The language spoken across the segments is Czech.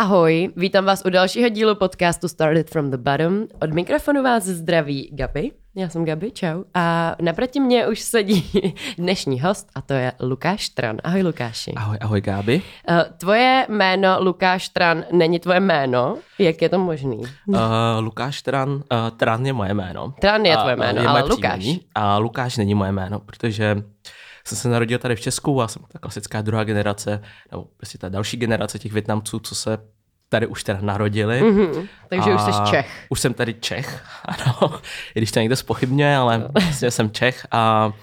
Ahoj, vítám vás u dalšího dílu podcastu Started from the Bottom. Od mikrofonu vás zdraví Gabi. Já jsem Gabi, čau. A naproti mě už sedí dnešní host a to je Lukáš Tran. Ahoj Lukáši. Ahoj Gabi. Tvoje jméno Lukáš Tran není tvoje jméno? Jak je to možný? Lukáš Tran, Tran je moje jméno. Tran je tvoje jméno, ale Lukáš. A Lukáš není moje jméno, protože jsem se narodil tady v Česku a jsem ta klasická druhá generace, nebo prostě ta další generace těch Vietnamců, co se tady už teda narodili. Mm-hmm, takže už jsi Čech. Už jsem tady Čech, ano, i když to někdo zpochybňuje, ale vlastně jsem Čech a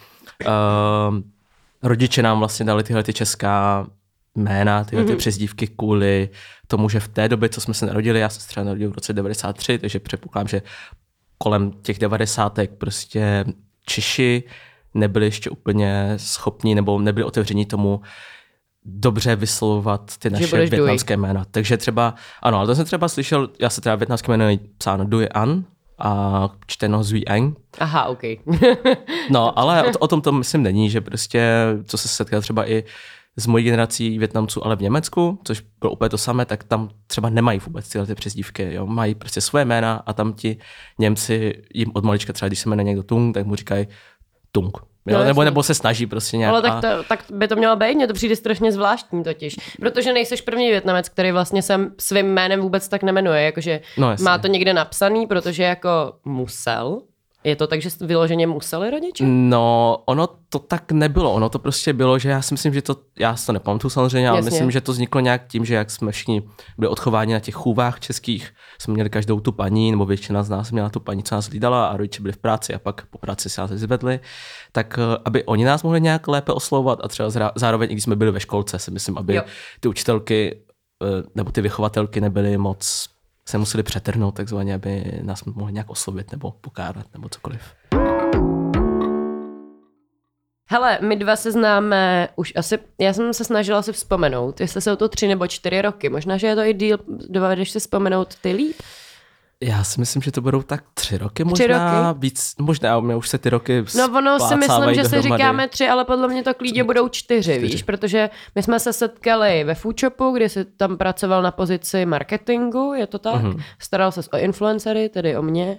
rodiče nám vlastně dali tyhle ty česká jména, tyhle ty přezdívky kvůli tomu, že v té době, co jsme se narodili, já jsem se třeba narodil v roce 93, takže předpokládám, že kolem těch 90. prostě Češi nebyli ještě úplně schopní nebo nebyli otevření tomu dobře vyslovovat ty naše vietnamské jména. Takže třeba, ano, ale to jsem třeba slyšel, já se teda vietnamské jméno je psáno Dui An a čteno Zui Anh. Aha, ok. No, ale o tom to myslím není, že prostě, co se setkal třeba i s mojí generací Vietnamců, ale v Německu, což bylo úplně to samé, tak tam třeba nemají vůbec tyhle ty přezdívky, jo? Mají prostě svoje jména a tam ti Němci jim od malička třeba, když se jmenuje někdo Tung, tak mu říkají Tung. No, nebo se snaží prostě nějak. Ale tak by to mělo být, mně to přijde strašně zvláštní totiž, protože nejseš první Vietnamec, který vlastně se svým jménem vůbec tak nemenuje, jakože má to někde napsaný, protože jako musel. Je to tak, že vyloženě museli rodiče? No, ono to tak nebylo. Ono to prostě bylo, že já si myslím, že to, já si to nepamatuju samozřejmě, ale myslím, že to vzniklo nějak tím, že jak jsme všichni byli odchováni na těch chůvách českých, jsme měli každou tu paní, nebo většina z nás měla tu paní, co nás hlídala a rodiče byli v práci a pak po práci se nás zvedli, tak aby oni nás mohli nějak lépe oslovovat a třeba zároveň, i když jsme byli ve školce, si myslím, aby ty učitelky nebo ty vychovatelky nebyly moc se museli přetrhnout takzvaně, aby nás mohli nějak oslovit nebo pokárat nebo cokoliv. Hele, my dva se známe už asi, já jsem se snažila si vzpomenout, jestli jsou to 3 nebo 4 roky, možná, že je to i díl, dovedeš si vzpomenout ty líp? Já si myslím, že to budou tak 3 roky možná, 3 roky? Víc, možná, mě už se ty roky no ono si myslím, že si říkáme 3, ale podle mě to klidně budou 4, víš, protože my jsme se setkali ve Foodshopu, kdy jsi tam pracoval na pozici marketingu, je to tak? Mm-hmm. Staral ses o influencery, tedy o mě.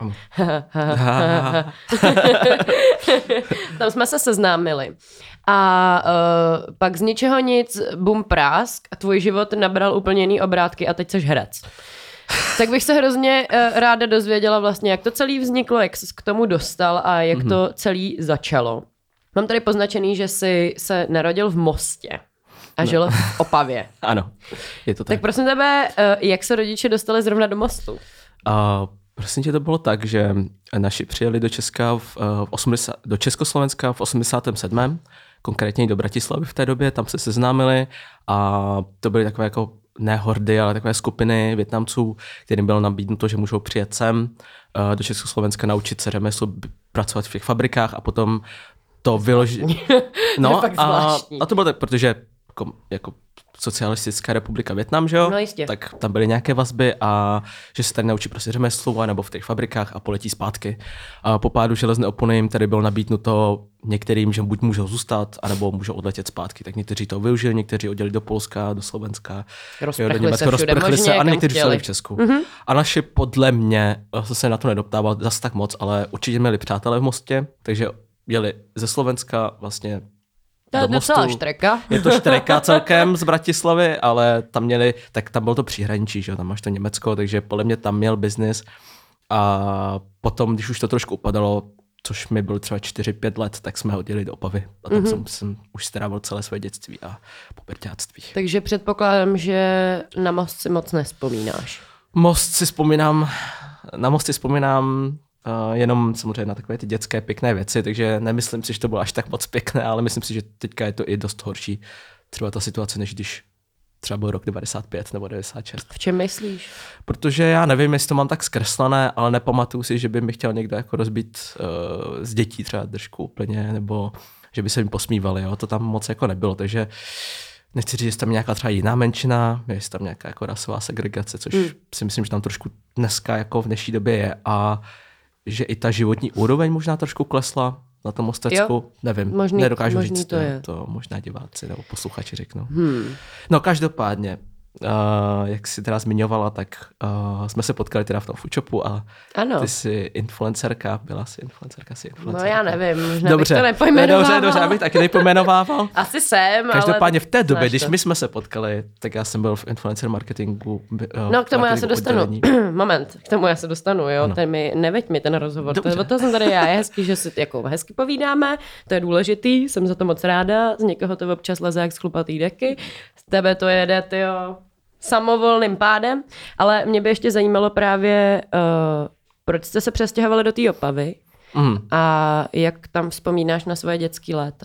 Tam jsme se seznámili. A pak z ničeho nic, bum prásk a tvůj život nabral úplně jiný obrátky a teď jsi herec. Tak bych se hrozně ráda dozvěděla vlastně, jak to celé vzniklo, jak jsi k tomu dostal a jak to celé začalo. Mám tady poznačený, že jsi se narodil v Mostě a žil v Opavě. Ano, je to tak. Tak prosím tebe, jak se rodiče dostali zrovna do Mostu? Prosím tě, to bylo tak, že naši přijeli do Česka do Československa v 87. Konkrétně do Bratislavy v té době, tam se seznámili a to byly takové jako ne hordy, ale takové skupiny Vietnamců, kterým bylo nabídnuto, že můžou přijet sem do Československa, naučit se řemeslu, pracovat v těch fabrikách a potom to vyložit. No a to bylo tak, protože jako Socialistická republika Vietnam, že jo? No jistě. Tak tam byly nějaké vazby a že se tady naučí prostě řemeslu nebo v těch fabrikách a poletí zpátky. A po pádu železné opony jim tady bylo nabídnuto některým, že buď můžou zůstat, anebo můžou odletět zpátky. Tak někteří to využili, někteří odjeli do Polska, do Slovenska, do Německa, rozprchli se a někteří zůstali v Česku. Mm-hmm. A naši podle mě, se na to nedoptával zase tak moc, ale určitě měli přátelé v Mostě, takže jeli ze Slovenska vlastně. To je docela štreka. Je to štreka celkem z Bratislavy, ale tam měli, tak tam bylo to příhraničí, že jo, tam máš to Německo, takže podle mě tam měl biznis a potom, když už to trošku upadalo, což mi bylo třeba 4-5 let, tak jsme odjeli do Opavy a tam jsem už strávil celé své dětství a puberťáctví. Takže předpokládám, že na Most si moc nevzpomínáš. Na Most si vzpomínám jenom samozřejmě na takové ty dětské pěkné věci, takže nemyslím si, že to bylo až tak moc pěkné, ale myslím si, že teďka je to i dost horší třeba ta situace, než když třeba byl rok 95 nebo 96. V čem myslíš? Protože já nevím, jestli to mám tak zkreslené, ale nepamatuju si, že by mi chtěl někdo jako rozbít z dětí třeba držku úplně, nebo že by se mi posmívali, jo? To tam moc jako nebylo, takže nechci říct, že tam nějaká třeba jiná menšina, je tam nějaká jako rasová segregace, což si myslím, že tam trošku dneska jako v dnešní době je a že i ta životní úroveň možná trošku klesla na tom Mostecku, nevím, nedokážu říct, to možná diváci nebo posluchači řeknou. No každopádně, jak jsi teda zmiňovala, tak jsme se potkali teda v tom foodshopu a ano. Ty jsi influencerka, byla jsi influencerka, No já nevím, možná bych to nepojmenovával. Dobře, abych taky nepojmenovával. Asi jsem, Každopádně v té době, když my jsme se potkali, tak já jsem byl v influencer marketingu. No k tomu já se dostanu. Moment, k tomu já se dostanu, jo. Neveď mi ten rozhovor. To jsem tady já. Je hezký, že si jako hezky povídáme, to je důležitý, jsem za to moc ráda. Z někoho to občas leze jak z chlupatý deky. Z tebe to jede, tyjo, samovolným pádem. Ale mě by ještě zajímalo právě, proč jste se přestěhovali do té Opavy a jak tam vzpomínáš na svoje dětské léta?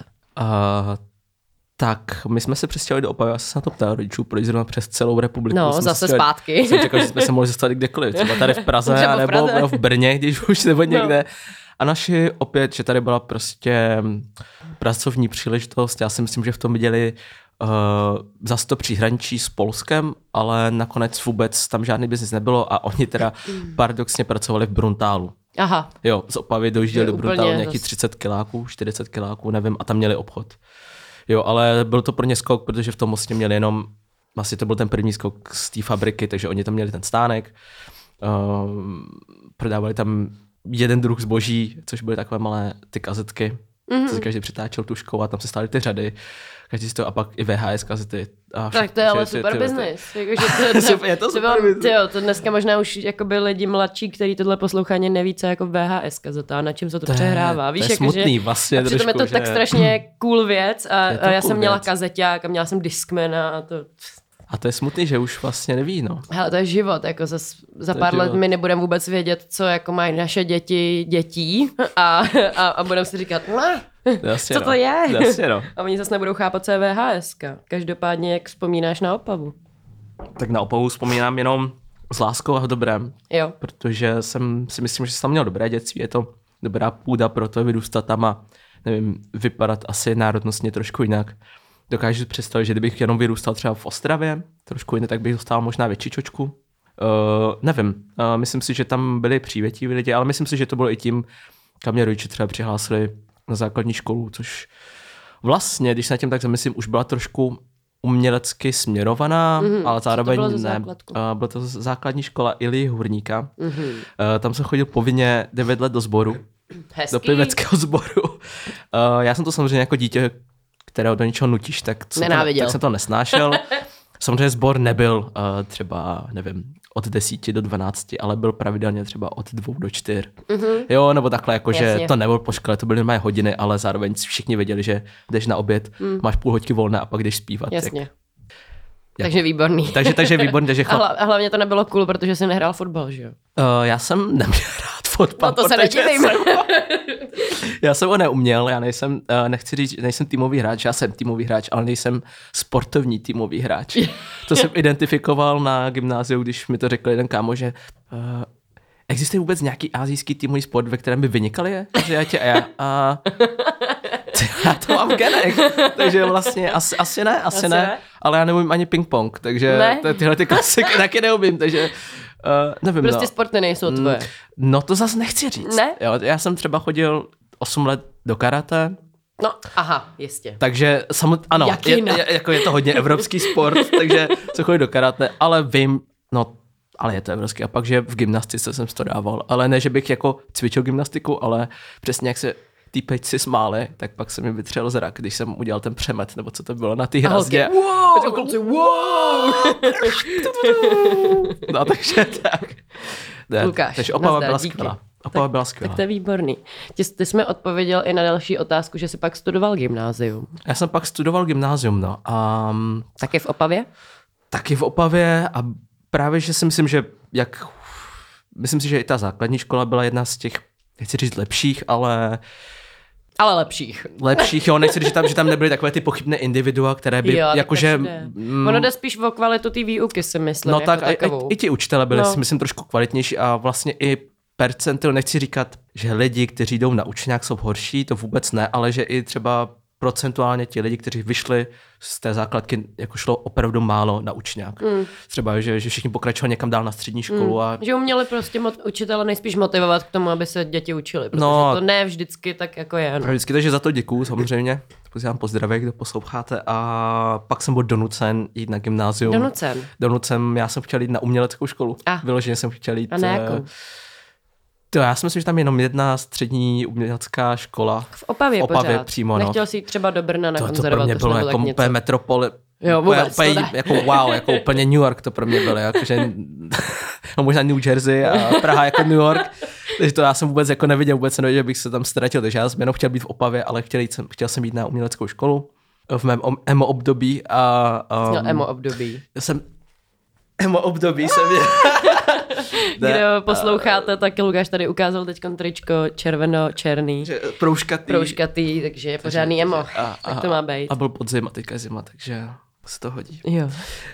Tak, my jsme se přestěhovali do Opavy, já jsem se na to ptal rodičů, proč zrovna přes celou republiku. No, zase zpátky. Jsem čekal, že jsme se mohli zastavit kdekoliv, třeba tady v Praze, nebo v Brně, když už nebo někde. No. A naši opět, že tady byla prostě pracovní příležitost, já si myslím, že v tom viděli zase to příhraničí s Polskem, ale nakonec vůbec tam žádný biznis nebylo a oni teda paradoxně pracovali v Bruntálu. Aha. Jo, z Opavy dojížděli do Bruntálu nějaký 30 kiláků, 40 kiláků, nevím, a tam měli obchod. Jo, ale byl to pro ně skok, protože v tom Mostě měli jenom, asi to byl ten první skok z té fabriky, takže oni tam měli ten stánek, prodávali tam jeden druh zboží, což byly takové malé ty kazetky, co si každý přitáčel tuškou a tam se stály ty řady, každý si to a pak i VHS kazety. Tak to je ale super biznis. Je to super biznis. To dneska možná už jakoby lidi mladší, který tohle poslouchání neví, co jako VHS kazeta, na čem se to přehrává. Víš, to je smutný vlastně. A přitom je to tak strašně cool věc a já jsem měla kazeťák a měla jsem Discman a to... A to je smutný, že už vlastně neví, no. Hele, to je život, jako za pár let my nebudeme vůbec vědět, co jako mají naše dětí a budeme si říkat, co to je? Jasně, no. A oni zase nebudou chápat, co je VHSka. Každopádně, jak vzpomínáš na Opavu? Tak na Opavu vzpomínám jenom s láskou a v dobrém. Jo. Protože jsem si myslím, že jsem tam měl dobré dětství, je to dobrá půda pro to vyrůstat tam a nevím, vypadat asi národnostně trošku jinak. Dokážu představit, že kdybych jenom vyrůstal třeba v Ostravě, trošku jinak, tak bych dostal možná větší čočku. Nevím, myslím si, že tam byli přívětiví lidi, ale myslím si, že to bylo i tím, kam mě rodiče třeba přihlásili na základní školu, což vlastně, když se na tím tak zamyslím, už byla trošku umělecky směrovaná, ale zároveň ne. Byla to základní škola Ilji Hurníka. Tam jsem chodil povinně 9 let do sboru. Hezký. Do pěveckého sboru. Já jsem to samozřejmě jako dítě, kterého do něčeho nutíš, tak jsem to nesnášel. Samozřejmě sbor nebyl třeba, nevím, od 10 do 12, ale byl pravidelně třeba od 2 do 4. Jo, nebo takhle, jakože to nebyl po škole, to byly normální hodiny, ale zároveň všichni věděli, že jdeš na oběd, máš půl hoďky volné a pak jdeš zpívat. Jasně. Takže výborný. Takže výborný. Takže a hlavně to nebylo cool, protože jsi nehrál fotbal, že jo? Já jsem neměl rád fotbal. No to se nedivím. Já jsem ho neuměl, já nejsem, nechci říct, nejsem týmový hráč, já jsem týmový hráč, ale nejsem sportovní týmový hráč. To jsem identifikoval na gymnáziu, když mi to řekl jeden kámo, že existuje vůbec nějaký asijský týmový sport, ve kterém by vynikali Aziati a já to mám v genech, takže vlastně asi ne, ale já neumím ani ping-pong, takže tyhle ty klasiky taky neumím, takže nevím. Prostě sporty nejsou tvoje. No to zase nechci říct. Ne? Jo, já jsem třeba chodil 8 let do karate. No, aha, jistě. Takže ano, jako je to hodně evropský sport, takže jsem chodil do karate, ale vím, ale je to evropský. A pak, že v gymnastice jsem to dával, ale ne, že bych jako cvičil gymnastiku, ale přesně jak se týpečci smáli, tak pak se mi vytřel zrak, když jsem udělal ten přemet, nebo co to bylo na té hrazdě. Wow! No, takže tak. Lukáš, takže Opava byla skvělá. Tak to je výborný. Ty jsi mi odpověděl i na další otázku, že jsi pak studoval gymnázium. Já jsem pak studoval gymnázium, no. Taky v Opavě? Taky v Opavě a právě, že si myslím, že myslím si, že i ta základní škola byla jedna z těch, nechci říct lepších, ale lepších. Lepších, jo, nechci říct, že tam nebyly takové ty pochybné individua, které by, jakože... Ono jde spíš o kvalitu té výuky, si myslím. No tak i ti učitelé byli, si myslím, trošku kvalitnější a vlastně i percentil, nechci říkat, že lidi, kteří jdou na učňák, jsou horší, to vůbec ne, ale že i třeba procentuálně ti lidi, kteří vyšli z té základky, jako šlo opravdu málo na učňák. Třeba, že všichni pokračovali někam dál na střední školu. Že uměli prostě učitele nejspíš motivovat k tomu, aby se děti učili, protože to ne vždycky tak jako je. No. Vždycky, takže za to děkuju samozřejmě. posílám pozdravy, kdo posloucháte, a pak jsem byl donucen jít na gymnázium. Donucen, já jsem chtěl jít na uměleckou školu. Vyloženě jsem chtěl jít. A na jakou? Já si myslím, že tam je jenom jedna střední umělecká škola. V Opavě přímo. Nechtěl jsi jít třeba do Brna na konzervatoř? To pro mě bylo jako úplně metropole. Jo, vůbec, úplně, jako wow, jako úplně New York to pro mě bylo, jakože možná New Jersey a Praha jako New York, takže to já jsem vůbec jako neviděl, vůbec nevěděl, že bych se tam ztratil, takže já jsem jenom chtěl být v Opavě, ale chtěl jsem jít na uměleckou školu v mém emo období emo období. Emo období jsem měl. Kdo posloucháte, tak Lukáš tady ukázal teď tričko červeno-černý. Proužkatý, takže je pořádný emo. Tak to má být. A byl podzim a teďka zima, takže se to hodí. Jo.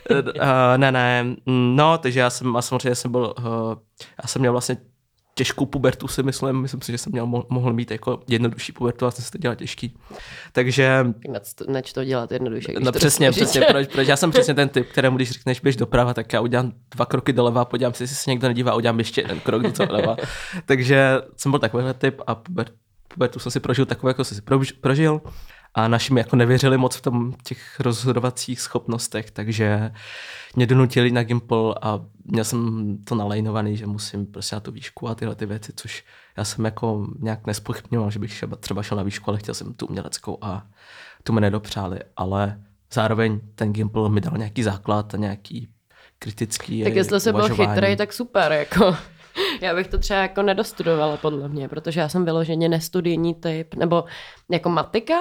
No, takže já jsem měl vlastně těžkou pubertu, si myslím si, že jsem mohl mít jako jednodušší pubertu, a jsem si to dělal těžký. Takže... Neč to dělat jednoduše. No přesně, proč já jsem přesně ten typ, kterému když řekneš běž doprava, tak já udělám 2 kroky doleva, podívám si, jestli se někdo nedívá, a udělám ještě 1 krok doleva. Takže jsem byl takovýhle typ a pubertu jsem si prožil takovou, jako jsem si prožil. A naši mi jako nevěřili moc v těch rozhodovacích schopnostech, takže mě donutili na Gimple a měl jsem to nalajnovaný, že musím prostě na tu výšku a tyhle ty věci, což já jsem jako nějak nezpochybňoval, že bych třeba šel na výšku, ale chtěl jsem tu uměleckou a tu mi nedopřáli, ale zároveň ten Gimple mi dal nějaký základ a nějaký kritický tak jestli jsi byl chytrý, tak super, jako... Já bych to třeba jako nedostudovala podle mě, protože já jsem vyloženě nestudijní typ, nebo jako matika.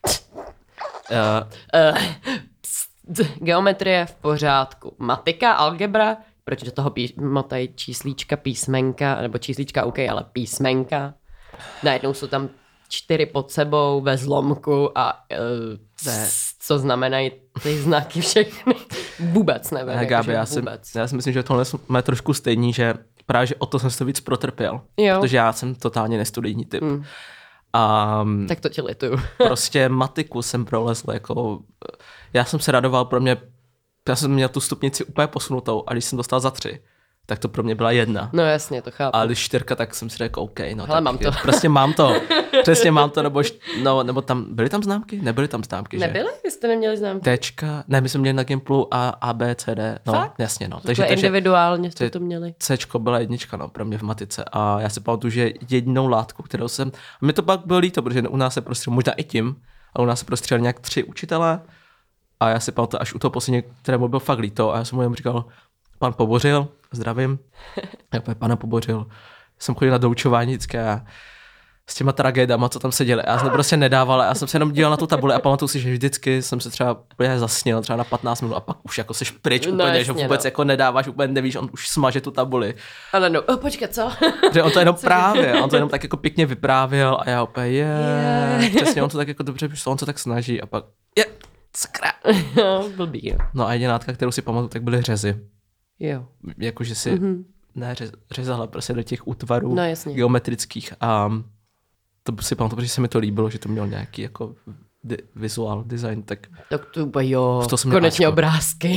Geometrie v pořádku. Matika, algebra, proč do toho motají číslíčka, písmenka, nebo číslíčka, OK, ale písmenka. Najednou jsou tam 4 pod sebou ve zlomku a co znamenají ty znaky všechny. Vůbec nevím. Ne, Gáby, já si myslím, že tohle jsme trošku stejný, že právě že o to jsem se to víc protrpěl. Jo. Protože já jsem totálně nestudijní typ. Tak to tě lituju. Prostě matiku jsem prolezl, jako já jsem se radoval, já jsem měl tu stupnici úplně posunutou a když jsem dostal za 3, tak to pro mě byla 1. No jasně, to chápu. A když 4, tak jsem si řekl, OK, no hele, tak mám to. Prostě mám to. Přesně mám to, nebo tam, byly tam známky? Nebyly tam známky, že? Nebyly? Vy jste neměli známky? Tčka, ne, my jsme měli na Gimplu A, B, C, D, no, fakt? Jasně, no. Takže individuálně jste to měli. Cčko byla 1, no, pro mě v matice a já si pamatuju, že jedinou látku, kterou jsem, a mi to pak bylo líto, protože u nás se prostřel, možná i tím, ale u nás se prostřel nějak 3 učitelé a já si pamatuju až u toho posledního, kterému byl fakt líto a já jsem mu říkal, pan Pobořil, zdravím, pana Pobořil, jsem chodil na doučování vždycky a s těma tragédama, co tam se děli. Já jsem to prostě nedával, já jsem se jenom díval na tu tabuli a pamatuju si, že vždycky jsem se třeba úplně zasnil, třeba na 15 minut a pak už jako seš pryč úplně, jasně, že vůbec jako nedáváš, úplně nevíš, on už smaže tu tabuli. Ale no, počkat, co? Že on to jenom on to jenom tak jako pěkně vyprávěl a já úplně přesně, on to tak jako dobře, on se tak snaží a pak sakra. Blbý, jo. No a jediná látka, kterou si pamatuju, tak byly řezy. Jo. Jakože si řezala prostě do těch útvarů geometrických a to si pamatuju, protože se mi to líbilo, že to mělo nějaký jako vizuál design, tak to jo, konečně obrázky.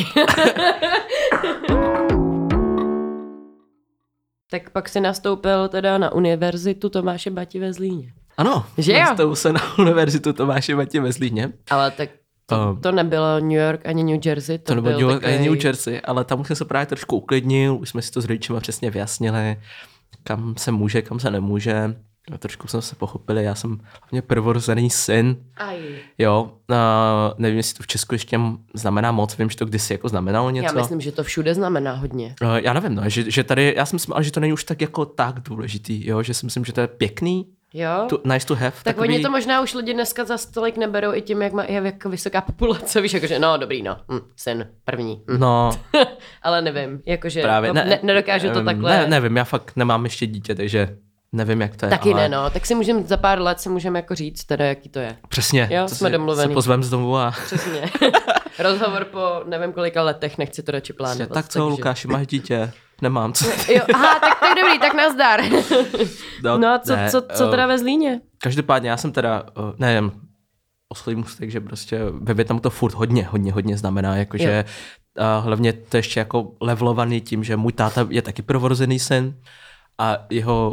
Tak pak si nastoupil teda na univerzitu Tomáše Bati ve Zlíně. Ano, nastoupil se na univerzitu Tomáše Bati ve Zlíně. Ale tak to nebylo New York ani New Jersey. To nebylo New York ani New Jersey, ale tam už jsem se právě trošku uklidnil, už jsme si to s rodičima přesně vyjasnili, kam se může, kam se nemůže. Trošku jsme se pochopili, já jsem hlavně prvorozený syn. Jo, nevím, jestli to v Česku ještě znamená moc, vím, že to kdysi jako znamenalo něco. Já myslím, že to všude znamená hodně. Já nevím, no, že tady, já si myslím, že to není už tak jako tak důležitý, jo, že si myslím, že to je pěkný. Jo. Nice to have. Tak takový... oni to možná už lidi dneska za stolik neberou i tím, jak má jako vysoká populace, víš, jakože no dobrý, no, syn, první. No. Ale nevím, jakože právě, nedokážu to takhle. Nevím, já fakt nemám ještě dítě, takže nevím, jak to je. Taky ale... ne, no, tak si můžeme za pár let jako říct teda, jaký to je. Přesně. Jo, jsme domluvený. Se pozvem z domu a... Přesně. Rozhovor po nevím kolika letech, nechci to radši plánovat. Tak co, takže... Lukáši, máš dítě? Nemám. Jo, aha, tak dobrý, tak nazdar. No a co teda ve Zlíně? Každopádně já jsem teda, nevím, oslý můstek, že prostě ve Vietnamu to furt hodně znamená, jakože hlavně to ještě jako levelovaný tím, že můj táta je taky prvorozený syn a jeho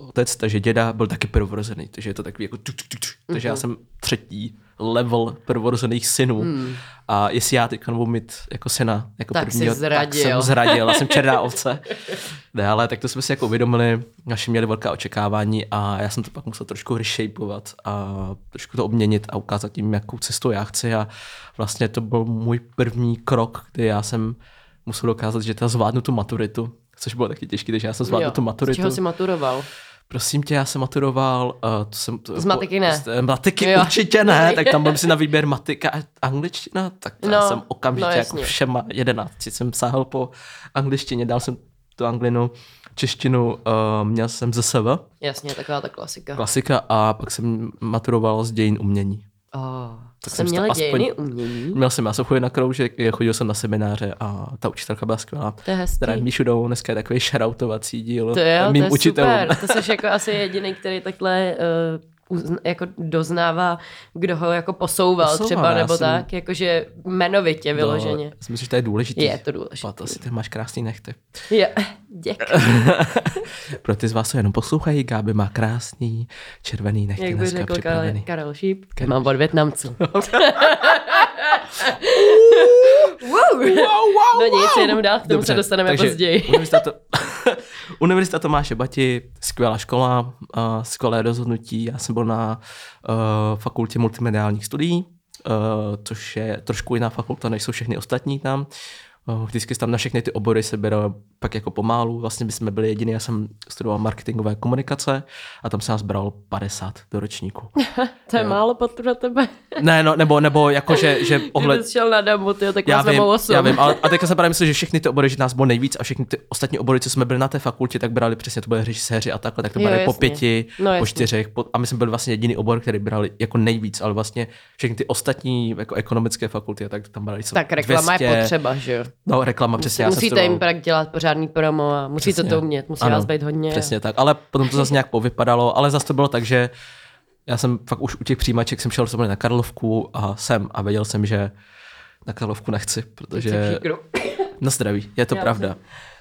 otec, takže děda byl taky prvorozený, takže je to takový jako takže já jsem 3. level prvorozených synů. A jestli já teďka budu mít jako syna, jako tak prvního, tak jsem zradil, já jsem černá ovce. Ne, ale tak to jsme si jako uvědomili, naši měli velká očekávání a já jsem to pak musel trošku reshapeovat a trošku to obměnit a ukázat jim, jakou cestou já chci a vlastně to byl můj první krok, kdy já jsem musel dokázat, že zvládnu tu maturitu, což bylo taky těžké, takže já jsem zvládl tu maturitu. Z čeho jsi maturoval? Prosím tě, já jsem maturoval... z matiky ne? Z matiky určitě ne, tak tam byl si na výběr matika a angličtina, tak já jsem okamžitě jako všema 11 jsem sáhl po angličtině, dal jsem tu anglinu, češtinu, měl jsem ZSV. Jasně, taková ta klasika. Klasika a pak jsem maturoval z dějin umění. Tak jsem měl dějiny umění? Měl jsem, já jsem chodil na kroužek, chodil jsem na semináře a ta učitelka byla skvělá. To je hezký. Teda Míšu Dovou, dneska je takový shoutoutovací díl to je učitelům. Super, to jsi jako asi jediný, který takhle jako doznává, kdo ho jako posouval třeba, nebo tak, jakože jmenovitě vyloženě. Já si myslím, že to je důležitý. Je to důležité. Pato, si ty máš krásný nechty. Děkuji. Pro ty z vás, co jenom poslouchají, Gáby má krásný červený nechty. Jak by řekl Karel Šíp, mám od Vietnamců. No nic, jenom dál, k tomu se dostaneme později. Univerzita Tomáše Bati, skvělá škola, skvělé rozhodnutí. Já jsem byl na fakultě multimediálních studií, což je trošku jiná fakulta, než jsou všechny ostatní tam. Vždycky tam na všechny ty obory se bere pak jako pomálu. Vlastně my jsme byli jediný, já jsem studoval marketingové komunikace a tam se nás bral 50 do ročníku. To je málo pro tebe. Ne, no, nebo jako, že ohled... Kdyby jsi šel na damu, tak já vím, 8. Já vím, a teďka se právě myslím, že všechny ty obory, že nás bylo nejvíc a všechny ty ostatní obory, co jsme byli na té fakultě, tak brali přesně, to byly režiséři a takhle, tak to brali po 5, po 4, a my jsme byli vlastně jediný obor, který brali jako nejvíc, ale vlastně všechny ty ostatní jako ekonomické fakulty, tak tam brali co tak reklama 200, je potřeba, že jo? No, reklama, přesně. Musíte jim pak dělat pořádný promo a musíte to umět, musí vás být hodně. Přesně tak, ale potom to zase nějak povypadalo, ale zase to bylo tak, že já jsem fakt už u těch přijímaček jsem šel na Karlovku a věděl jsem, že na Karlovku nechci, protože na zdraví, je to pravda.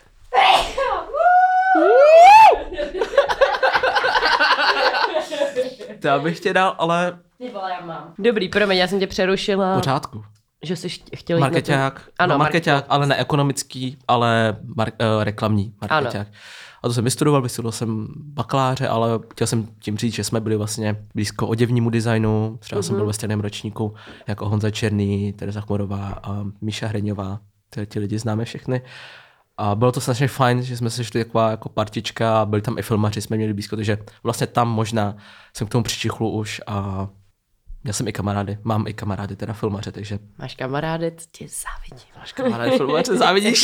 To já bych tě dal, ale... Já mám. Dobrý, promiň, já jsem tě přerušila. Pořádku. Že jsi chtěl jít markeťák, ano, markeťák, ale ne ekonomický, ale reklamní markeťák. A to jsem vystudoval jsem bakaláře, ale chtěl jsem tím říct, že jsme byli vlastně blízko oděvnímu designu, třeba jsem byl ve stejném ročníku jako Honza Černý, Tereza Chmorová a Míša Hreňová, ti lidi známe všechny. A bylo to strašně fajn, že jsme se šli taková jako partička, byli tam i filmaři, jsme měli blízko, takže vlastně tam možná jsem k tomu přičichl už a měl jsem i kamarády, mám i kamarády, teda filmaře, takže... Máš kamarády, to tě závidím. Máš kamarády, filmaře, závidíš?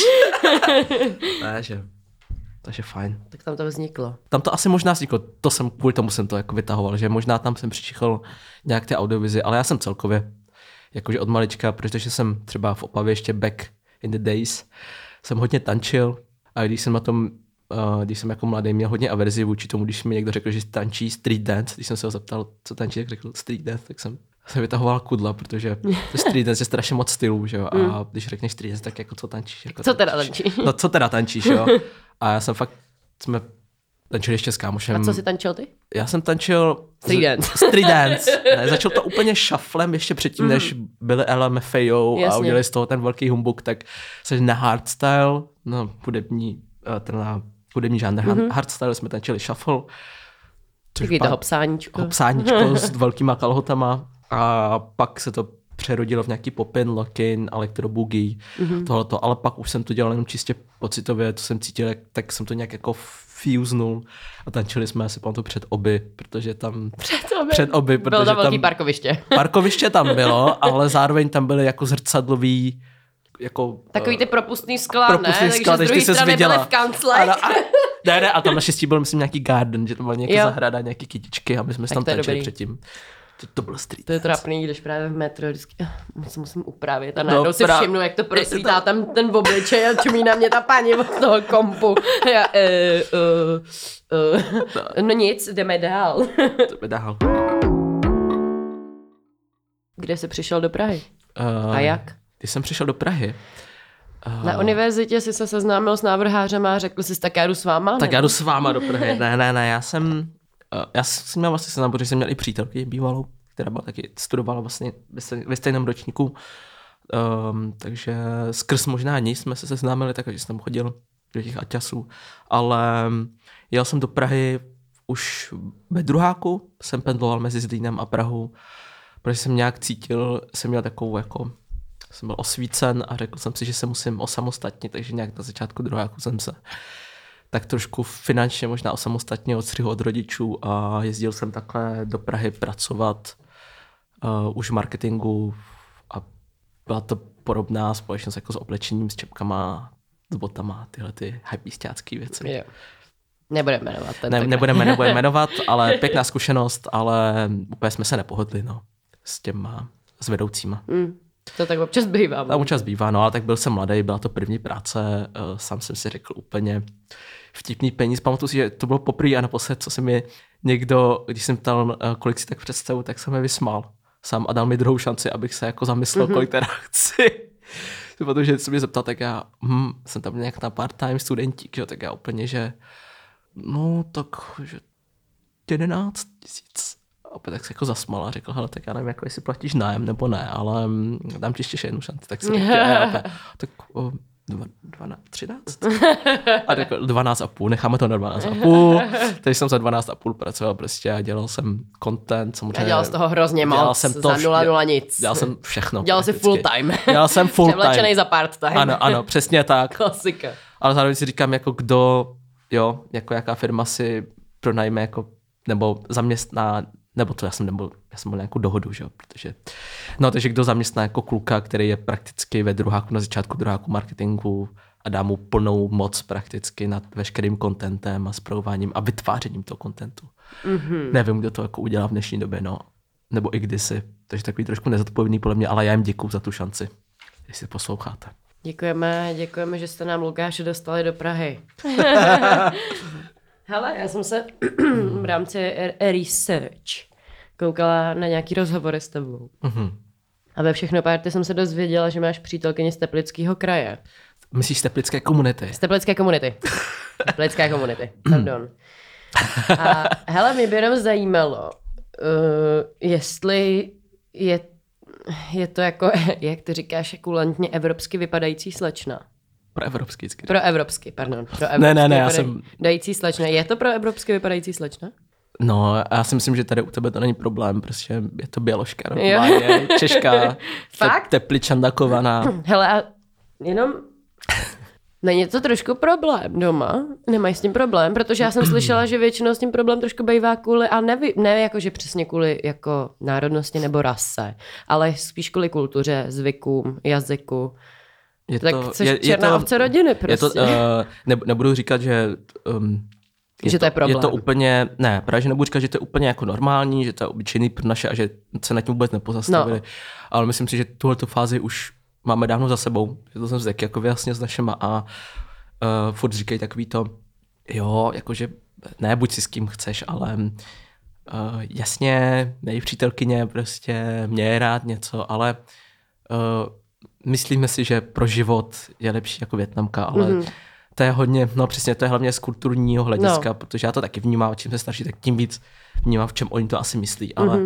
Ne, že... Takže fajn. Tak tam to vzniklo. Tam to asi možná vzniklo, kvůli tomu jsem to jako vytahoval, že možná tam jsem přičichl nějak ty audiovizi, ale já jsem celkově, jakože od malička, protože jsem třeba v Opavě ještě back in the days, jsem hodně tančil a když jsem jako mladý měl hodně averzi vůči tomu, když mi někdo řekl, že tančí street dance, když jsem se ho zeptal, co tančí, tak řekl street dance, tak jsem vytahoval kudla, protože to street dance je strašně moc stylů, že jo, a když řekneš street dance, tak jako co tančíš? Jako co teda tančíš? No co teda tančíš, jo? A já jsem fakt, jsme tančili ještě s kámošem. A co jsi tančil ty? Já jsem tančil street dance. Street dance. Ne, začal to úplně shufflem ještě předtím, než byli LMFAO a udělali z toho ten velký humbuk, tak se na hardstyle, no hudební žánr hardstyle jsme tančili shuffle. Takový to hopsáníčko. Hopsáníčko s velkýma kalhotama a pak se to přerodilo v nějaký popin, lock-in, electro-boogie, tohleto, ale pak už jsem to dělal jenom čistě pocitově, to jsem cítil, tak jsem to nějak jako fusenul a tančili jsme asi pamatuju před oby, protože tam... Před oby, protože bylo tam velký parkoviště. Parkoviště tam bylo, ale zároveň tam byly jako zrcadlový, jako... Takový ty propustný skla, ne? Takže z druhé strany byly v kanclech. Ne, a tam naštěstí byl, myslím, nějaký garden, že to byla nějaká zahrada, nějaký kytičky a my jsme tam tančili předtím. To bylo street. To je trapný, když právě v metro vždycky musím upravit a najednou si všimnu, jak to prosvítá tam ten obličej a čumí na mě ta paní od toho kompu. No nic, jdeme dál. Kde jsi přišel do Prahy? A jak? Když jsem přišel do Prahy, Na univerzitě jsi se seznámil s návrhářem a řekl jsi, tak já jdu s váma? Tak já jdu s váma do Prahy. Ne, já jsem měl vlastně seznam, protože jsem měl i přítelky bývalou, která byla taky, studovala vlastně ve stejném ročníku. Takže skrz možná ní jsme se seznámili, takže jsem chodil do těch aťasů. Ale jel jsem do Prahy už ve druháku, jsem pendloval mezi Zlínem a Prahou, protože jsem nějak cítil, jsem měl takovou jako, jsem byl osvícen a řekl jsem si, že se musím osamostatnit, takže nějak na začátku druháku jsem se tak trošku finančně možná osamostatně odstřihl od rodičů a jezdil jsem takhle do Prahy pracovat už v marketingu a byla to podobná společnost jako s oblečením, s čepkama, s botama, tyhle ty hypebeastácký věci. Jo. Nebudeme jmenovat. Nebudeme jmenovat, ale pěkná zkušenost, ale úplně jsme se nepohodli, no, s vedoucíma. To tak občas bývá. Tam občas bývá, no, ale tak byl jsem mladý, byla to první práce, sám jsem si řekl úplně vtipný peníz. Pamatuju si, že to bylo poprvé a naposled, co se mi někdo, když jsem ptal, kolik si tak představu, tak jsem mi vysmál sám a dal mi druhou šanci, abych se jako zamyslel, kolik teda chci. Protože se mě zeptal, tak já jsem tam nějak na part-time studentík, že, tak já úplně, že no tak, že 11 000. A tak se jako zasmal a řekl, hele, tak já nevím, jako jestli platíš nájem nebo ne, ale dám ti ještě jednu šanci. Tak jsem řekl, tak 13? A řekl 12,5, necháme to na 12,5. Takže jsem za 12,5 pracoval prostě a dělal jsem content. A dělal z toho hrozně moc, za 0,0 nic. Dělal jsem všechno. Dělal si full time. Dělal jsem full time. Převlečenej za part time. Ano, přesně tak. Klasika. Ale zároveň si říkám, jako kdo, jo, jako jaká firma si pronajme, jako, nebo zaměstná, nebo to já jsem byl nějakou dohodu, že jo, protože, no, takže kdo zaměstná jako kluka, který je prakticky ve druháku, na začátku druháku marketingu a dá mu plnou moc prakticky nad veškerým contentem a spravováním a vytvářením toho contentu. Nevím, kdo to jako udělá v dnešní době, no, nebo i kdysi, takže takový trošku nezodpovědný podle mě, ale já jim děkuju za tu šanci, jestli posloucháte. Děkujeme, že jste nám, Lukáši, dostali do Prahy. Hele, já jsem se v rámci research koukala na nějaký rozhovory s tebou. A ve Všechno party jsem se dozvěděla, že máš přítelkyni z Teplického kraje. Myslíš z Teplické komunity? Z Teplické komunity. Teplické komunity, pardon. A hele, mě by jenom zajímalo, jestli je to jako, jak ty říkáš, kulantně evropsky vypadající slečna. Pro evropsky. Ne, já jsem... Vypadající slečna. Je to pro evropsky vypadající slečna? No, já si myslím, že tady u tebe to není problém, prostě je to běložka, normálně, Češka, Tepličanda kovaná. Hele, a jenom... Není to trošku problém doma? Nemají s tím problém? Protože já jsem slyšela, že většinou s tím problém trošku bývá kvůli, a ne jako, že přesně kvůli jako národnosti nebo rase, ale spíš kvůli kultuře, zvykům, jazyku. Tak jsi černá ovce rodiny prostě. Nebudu říkat, že... že to je problém. Je to úplně, ne, právě že nebudu říkat, že to je úplně jako normální, že to je obyčejný pro naše a že se na tím vůbec nepozastavili. No. Ale myslím si, že tuhletu fázi už máme dávno za sebou. Že to jsem si jako vyjasnil s našima a furt říkají takový to, jo, jakože ne, buď si s kým chceš, ale jasně, mé přítelkyně prostě mě rád něco, ale myslíme si, že pro život je lepší jako Vietnamka, ale to je hodně, no přesně, to je hlavně z kulturního hlediska, protože já to taky vnímám, čím se starší, tak tím víc vnímám, v čem oni to asi myslí, ale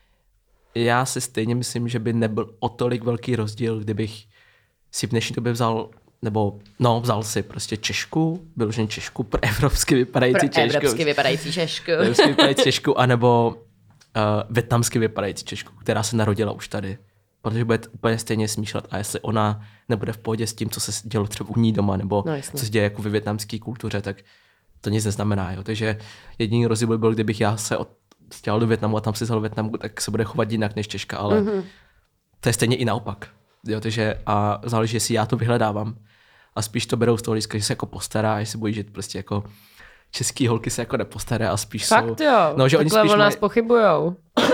já si stejně myslím, že by nebyl o tolik velký rozdíl, kdybych si v dnešní době vzal si prostě Češku, vyloženě Češku, pro evropsky vypadající Češku. Evropsky vypadající Češku. Evropsky vypadající Češku, anebo vietnamsky vypadající Češku, která se narodila už tady. Protože bude úplně stejně smýšlet a jestli ona nebude v pohodě s tím, co se dělo třeba u ní doma, nebo co se děje jako ve vietnamské kultuře, tak to nic neznamená. Jo. Takže jediný rozdíl by byl, kdybych já se stěhoval do Vietnamu a tam si vzal Vietnamku, tak se bude chovat jinak než Češka, ale to je stejně i naopak. Jo, takže a záleží, jestli já to vyhledávám. A spíš to berou z toho hlediska, že se jako postará, že si bojí, že prostě jako český holky se jako nepostará a spíš fakt jsou... jo, no, že oni spíš o nás pochybujou.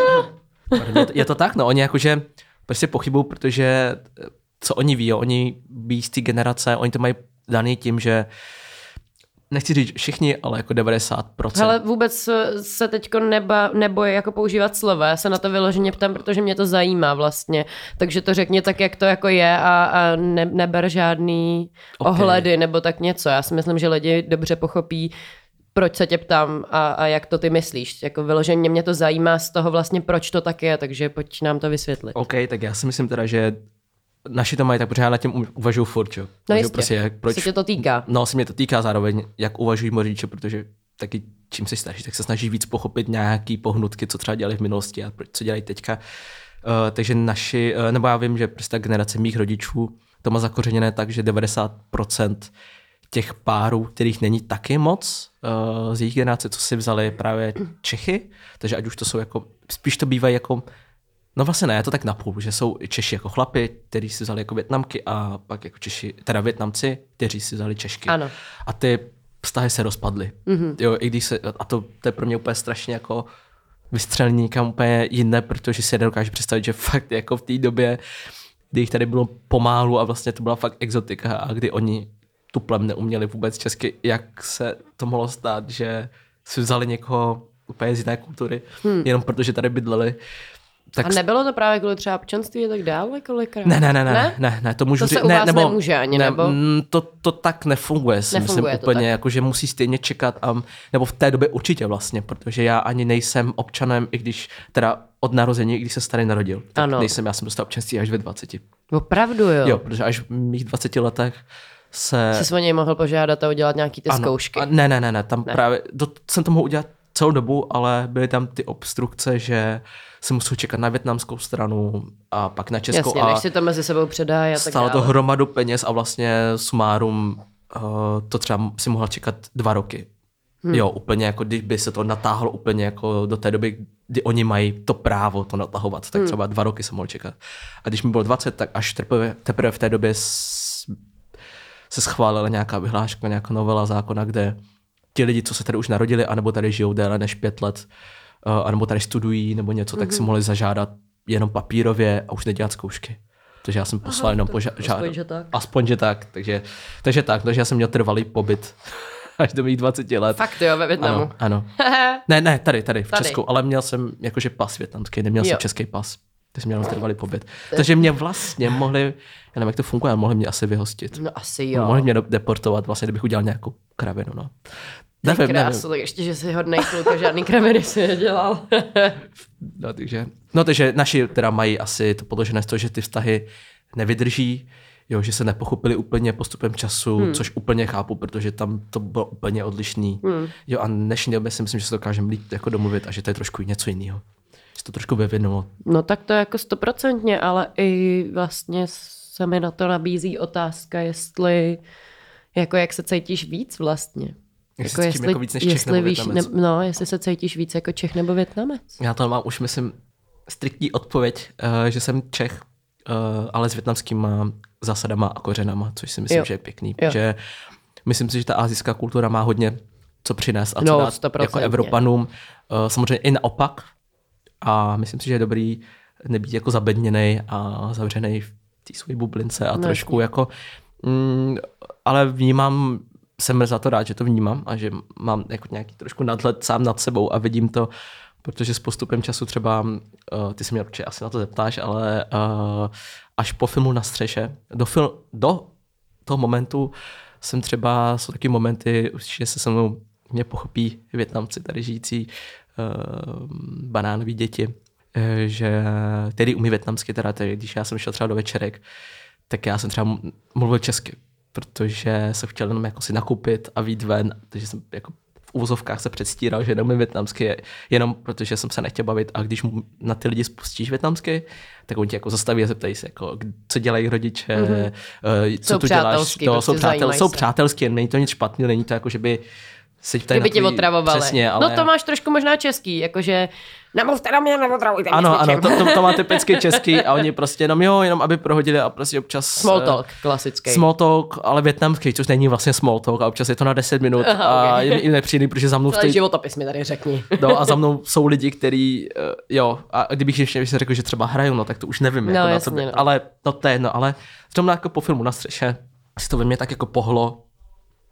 Je to tak, no, oni jakože prostě pochybují, protože co oni ví, oni ví z té generace, oni to mají daný tím, že nechci říct všichni, ale jako 90%. Ale vůbec se teďko nebojí jako používat slova, já se na to vyloženě ptám, protože mě to zajímá vlastně, takže to řekni tak, jak to jako je a neber žádný ohledy nebo tak něco. Já si myslím, že lidi dobře pochopí, proč se tě ptám a jak to ty myslíš. Jako vyloženě mě to zajímá z toho vlastně, proč to tak je, takže pojď nám to vysvětlit. OK, tak já si myslím teda, že naši to mají tak, protože já nad tím uvažuju furt, jo. No jistě, prostě, proč se tě to týká. No, se mě to týká zároveň, jak uvažují moji rodiče, protože taky čím se snaží, tak se snaží víc pochopit nějaký pohnutky, co třeba dělali v minulosti a co dělají teďka. Takže naši, nebo já vím, že prostě ta generace mých rodičů to má zakořeněné tak, že 90% těch párů, kterých není taky moc z jejich generace, co si vzali právě Čechy, takže ať už to jsou jako, spíš to bývají jako, no vlastně ne, je to tak napůl, že jsou Češi jako chlapi, kteří si vzali jako Vietnamky a pak jako Češi, teda Vietnamci, kteří si vzali Češky. Ano. A ty vztahy se rozpadly. Jo, i když se, a to je pro mě úplně strašně jako vystřelení někam úplně jiné, protože si nedokážu představit, že fakt jako v té době, kdy jich tady bylo pomálu a vlastně to byla fakt exotika a kdy oni tuplem neuměli vůbec česky, jak se to mohlo stát, že si vzali někoho úplně z jiné kultury, jenom protože tady bydleli. Tak a nebylo to právě kvůli třeba občanství a tak dále kolikrát? Ne, to můžu to říct. Se u vás nemůže ani, nebo? To tak nefunguje, si myslím úplně, jako, že musí stejně čekat, nebo v té době určitě vlastně, protože já ani nejsem občanem, i když teda od narození, i když se tady narodil. Tak ano. Nejsem, já jsem dostal občanství až ve 20. Opravdu jo? Jo, protože až v mých 20 letech jsi o něj mohl požádat a udělat nějaký ty zkoušky. Ne, tam právě, jsem to mohl udělat celou dobu, ale byly tam ty obstrukce, že se musel čekat na vietnamskou stranu a pak na českou. Jasně, než si to mezi sebou předá a tak stálo to hromadu peněz a vlastně sumárum to třeba si mohl čekat 2 roky. Jo, úplně jako kdyby se to natáhlo úplně jako do té doby, kdy oni mají to právo to natahovat, tak třeba 2 roky jsem mohl čekat. A když mi bylo 20, tak až teprve v té době se schválila nějaká vyhláška, nějaká novela zákona, kde ti lidi, co se tady už narodili, anebo tady žijou déle než 5 let, anebo tady studují, nebo něco, tak si mohli zažádat jenom papírově a už nedělat zkoušky. Takže já jsem poslal jenom požádat. Aspoň, že tak. Takže já jsem měl trvalý pobyt až do mých 20 let. Fakt jo, ve Vietnamu. Ano. ne, tady v Česku, ale měl jsem jakože pas vietnamský, neměl jsem český pas. Takže jsem měl trvalý pobyt. Takže mě vlastně mohli, já nevím, jak to funguje, ale mohli mě asi vyhostit. No asi jo. Mohli mě deportovat, vlastně, kdybych udělal nějakou kravinu, no. Nevím. Tak ještě, že jsi hodnej kluk a žádný kraviny si nedělal. takže naši teda mají asi to podložené z toho, že ty vztahy nevydrží, jo, že se nepochopili úplně postupem času, což úplně chápu, protože tam to bylo úplně odlišný. Jo, a dnešní době si myslím, že se dokážeme líp jako domluvit a že to je trošku něco jiného. Že to trošku vyvinulo. No tak to je jako 100%, ale i vlastně se mi na to nabízí otázka, jestli jako jak se cítíš víc vlastně. Jestli jako víc než Čech nebo Vietnamec. Jestli se cítíš víc jako Čech nebo Vietnamec. Já to mám už, myslím, striktní odpověď, že jsem Čech, ale s vietnamskýma zásadama a kořenama, což si myslím, že je pěkný. Že myslím si, že ta asijská kultura má hodně co přinést a co dát 100%. Jako Evropanům. Samozřejmě i naopak. A myslím si, že je dobrý nebýt jako zabedněnej a zavřenej v té své bublince a trošku jako... ale vnímám, jsem za to rád, že to vnímám a že mám jako nějaký trošku nadhled sám nad sebou a vidím to, protože s postupem času třeba, ty se mě určitě asi na to zeptáš, ale až po filmu Na střeše, do toho momentu jsem třeba, jsou taky momenty, že se mnou mě pochopí Vietnamci tady žijící banánoví děti, že tedy umí vietnamsky, teda tady, když já jsem šel třeba do večerek, tak já jsem třeba mluvil česky, protože jsem chtěl jenom jako si nakoupit a vyjít ven, takže jsem jako v úvozovkách se předstíral, že neumím vietnamsky, jenom protože jsem se nechtěl bavit a když na ty lidi spustíš vietnamsky, tak oni tě jako zastaví a zeptají se, jako, co dělají rodiče, co tu děláš, jsou přátelský, není to nic špatného, není to jako, že by se ptají kdyby tě otravovali. Přesně, ale... No to máš trošku možná český, jakože namluvte na mě, neotravujte mě. Ano, to má typicky český a oni prostě jenom aby prohodili a prostě občas... Small talk, klasický. Small talk, ale vietnamský, což není vlastně small talk a občas je to na 10 minut a je mi nepříjemný, protože za mnou stojí... životopis mi tady řekni. No a za mnou jsou lidi, který, a kdybych ještě řekl, že třeba hraju, no tak to už nevím, jako na sebe, ale to je, ale třeba jako po filmu Na střeše si to ve mně tak jako pohlo,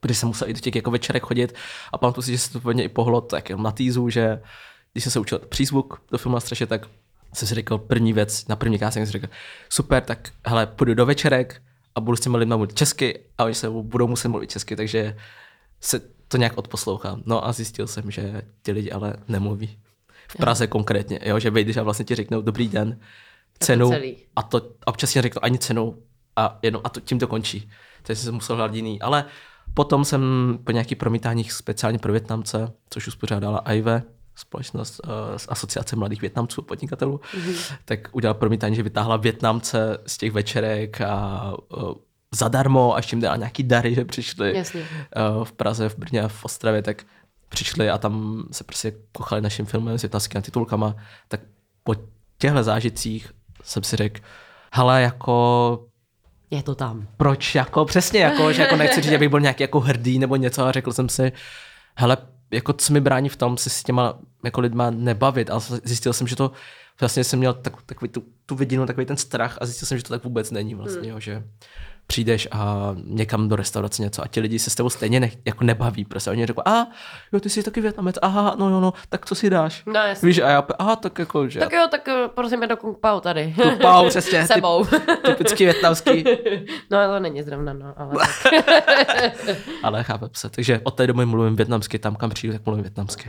protože jsem musel i do těch jako večerek chodit a pamatuju si, že se to úplně i pohlo tak na týzu, že když jsem se učil přízvuk do filmu Na střeše, tak jsem si říkal první věc, na první casting jsem si říkal, super, tak hele, půjdu do večerek a budu s těmi lidmi mluvit česky a oni se budou muset mluvit česky, takže se to nějak odposlouchám. No a zjistil jsem, že ti lidi ale nemluví. V Praze konkrétně, jo, že vejdeš a vlastně ti řeknou dobrý den, cenu a to občas ti řeknou ani cenu a tím to končí. Takže jsem musel hledat jiný, ale potom jsem po nějakých promítáních speciálně pro Vietnamce, což uspořádala AIVE, společnost z Asociace mladých Vietnamců podnikatelů, tak udělala promítání, že vytáhla Vietnamce z těch večerek a zadarmo a ještě jim dala nějaký dary, že přišli v Praze, v Brně a v Ostravě, tak přišli a tam se prostě kochali naším filmem s vietnamskými titulkama, tak po těchto zážitcích jsem si řekl, hele, jako je to tam. Proč, jako přesně, jako, že jako nechci říct, abych byl nějaký jako hrdý nebo něco a řekl jsem si, hele, jako co mi brání v tom se s těma jako lidma nebavit, ale zjistil jsem, že to vlastně jsem měl takový tu vidinu, takový ten strach a zjistil jsem, že to tak vůbec není vlastně, jo, že přijdeš a někam do restaurace něco a ti lidi se s tebou stejně jako nebaví, prostě oni řeknou, jo, ty jsi taky Vietnamec, aha, no, tak co si dáš? No, jasně. Víš, a já, tak jako, že... Tak jo, tak prosím mě do Kung Pao tady. Kung Pao, přesně. Sebou. Typický vietnamský. No, to není zrovna, no, ale Ale chápem se, takže od té doby mluvím vietnamsky, tam kam přijdu, tak mluvím vietnamsky.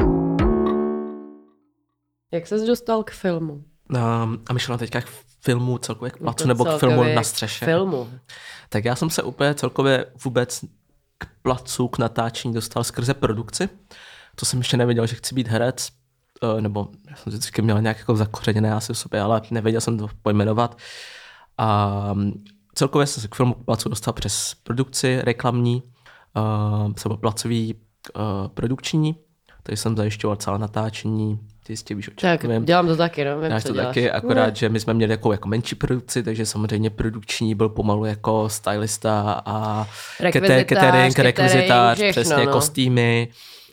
Jak ses dostal k filmu? A myšleno teďka k filmu celkově k placu nebo k filmu Na střeše. Filmu. Tak já jsem se úplně celkově vůbec k placu, k natáčení dostal skrze produkci. To jsem ještě nevěděl, že chci být herec, nebo já jsem vždycky měl nějak jako zakořeněné asi v sobě, ale nevěděl jsem to pojmenovat. A celkově jsem se k filmu k placu dostal přes produkci reklamní, jsem byl placový produkční, takže jsem zajišťoval celé natáčení, ty jistě víš, o čem tak mluvím. dělám to taky, no, vím, Děláš to taky, akorát, že my jsme měli jako menší produkci, takže samozřejmě produkční byl pomalu jako stylista a catering, rekvizitář, přesně, no. Kostýmy,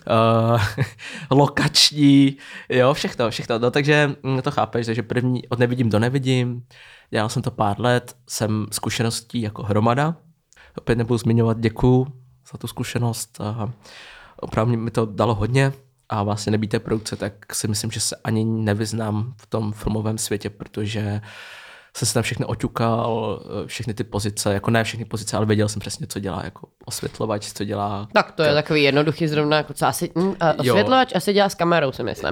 lokační, jo, všechno, no, takže to chápeš, takže první, od nevidím do nevidím, dělal jsem to pár let, jsem zkušeností jako hromada, opět nebudu zmiňovat, děkuju za tu zkušenost a opravdu mi to dalo hodně a vlastně nebýt té produkce, tak si myslím, že se ani nevyznám v tom filmovém světě, protože jsem se tam všechny oťukal, všechny ty pozice, jako ne všechny pozice, ale věděl jsem přesně, co dělá jako osvětlovač, co dělá... Tak to je takový jednoduchý zrovna, jako co asi, osvětlovač asi dělá s kamerou, si myslím.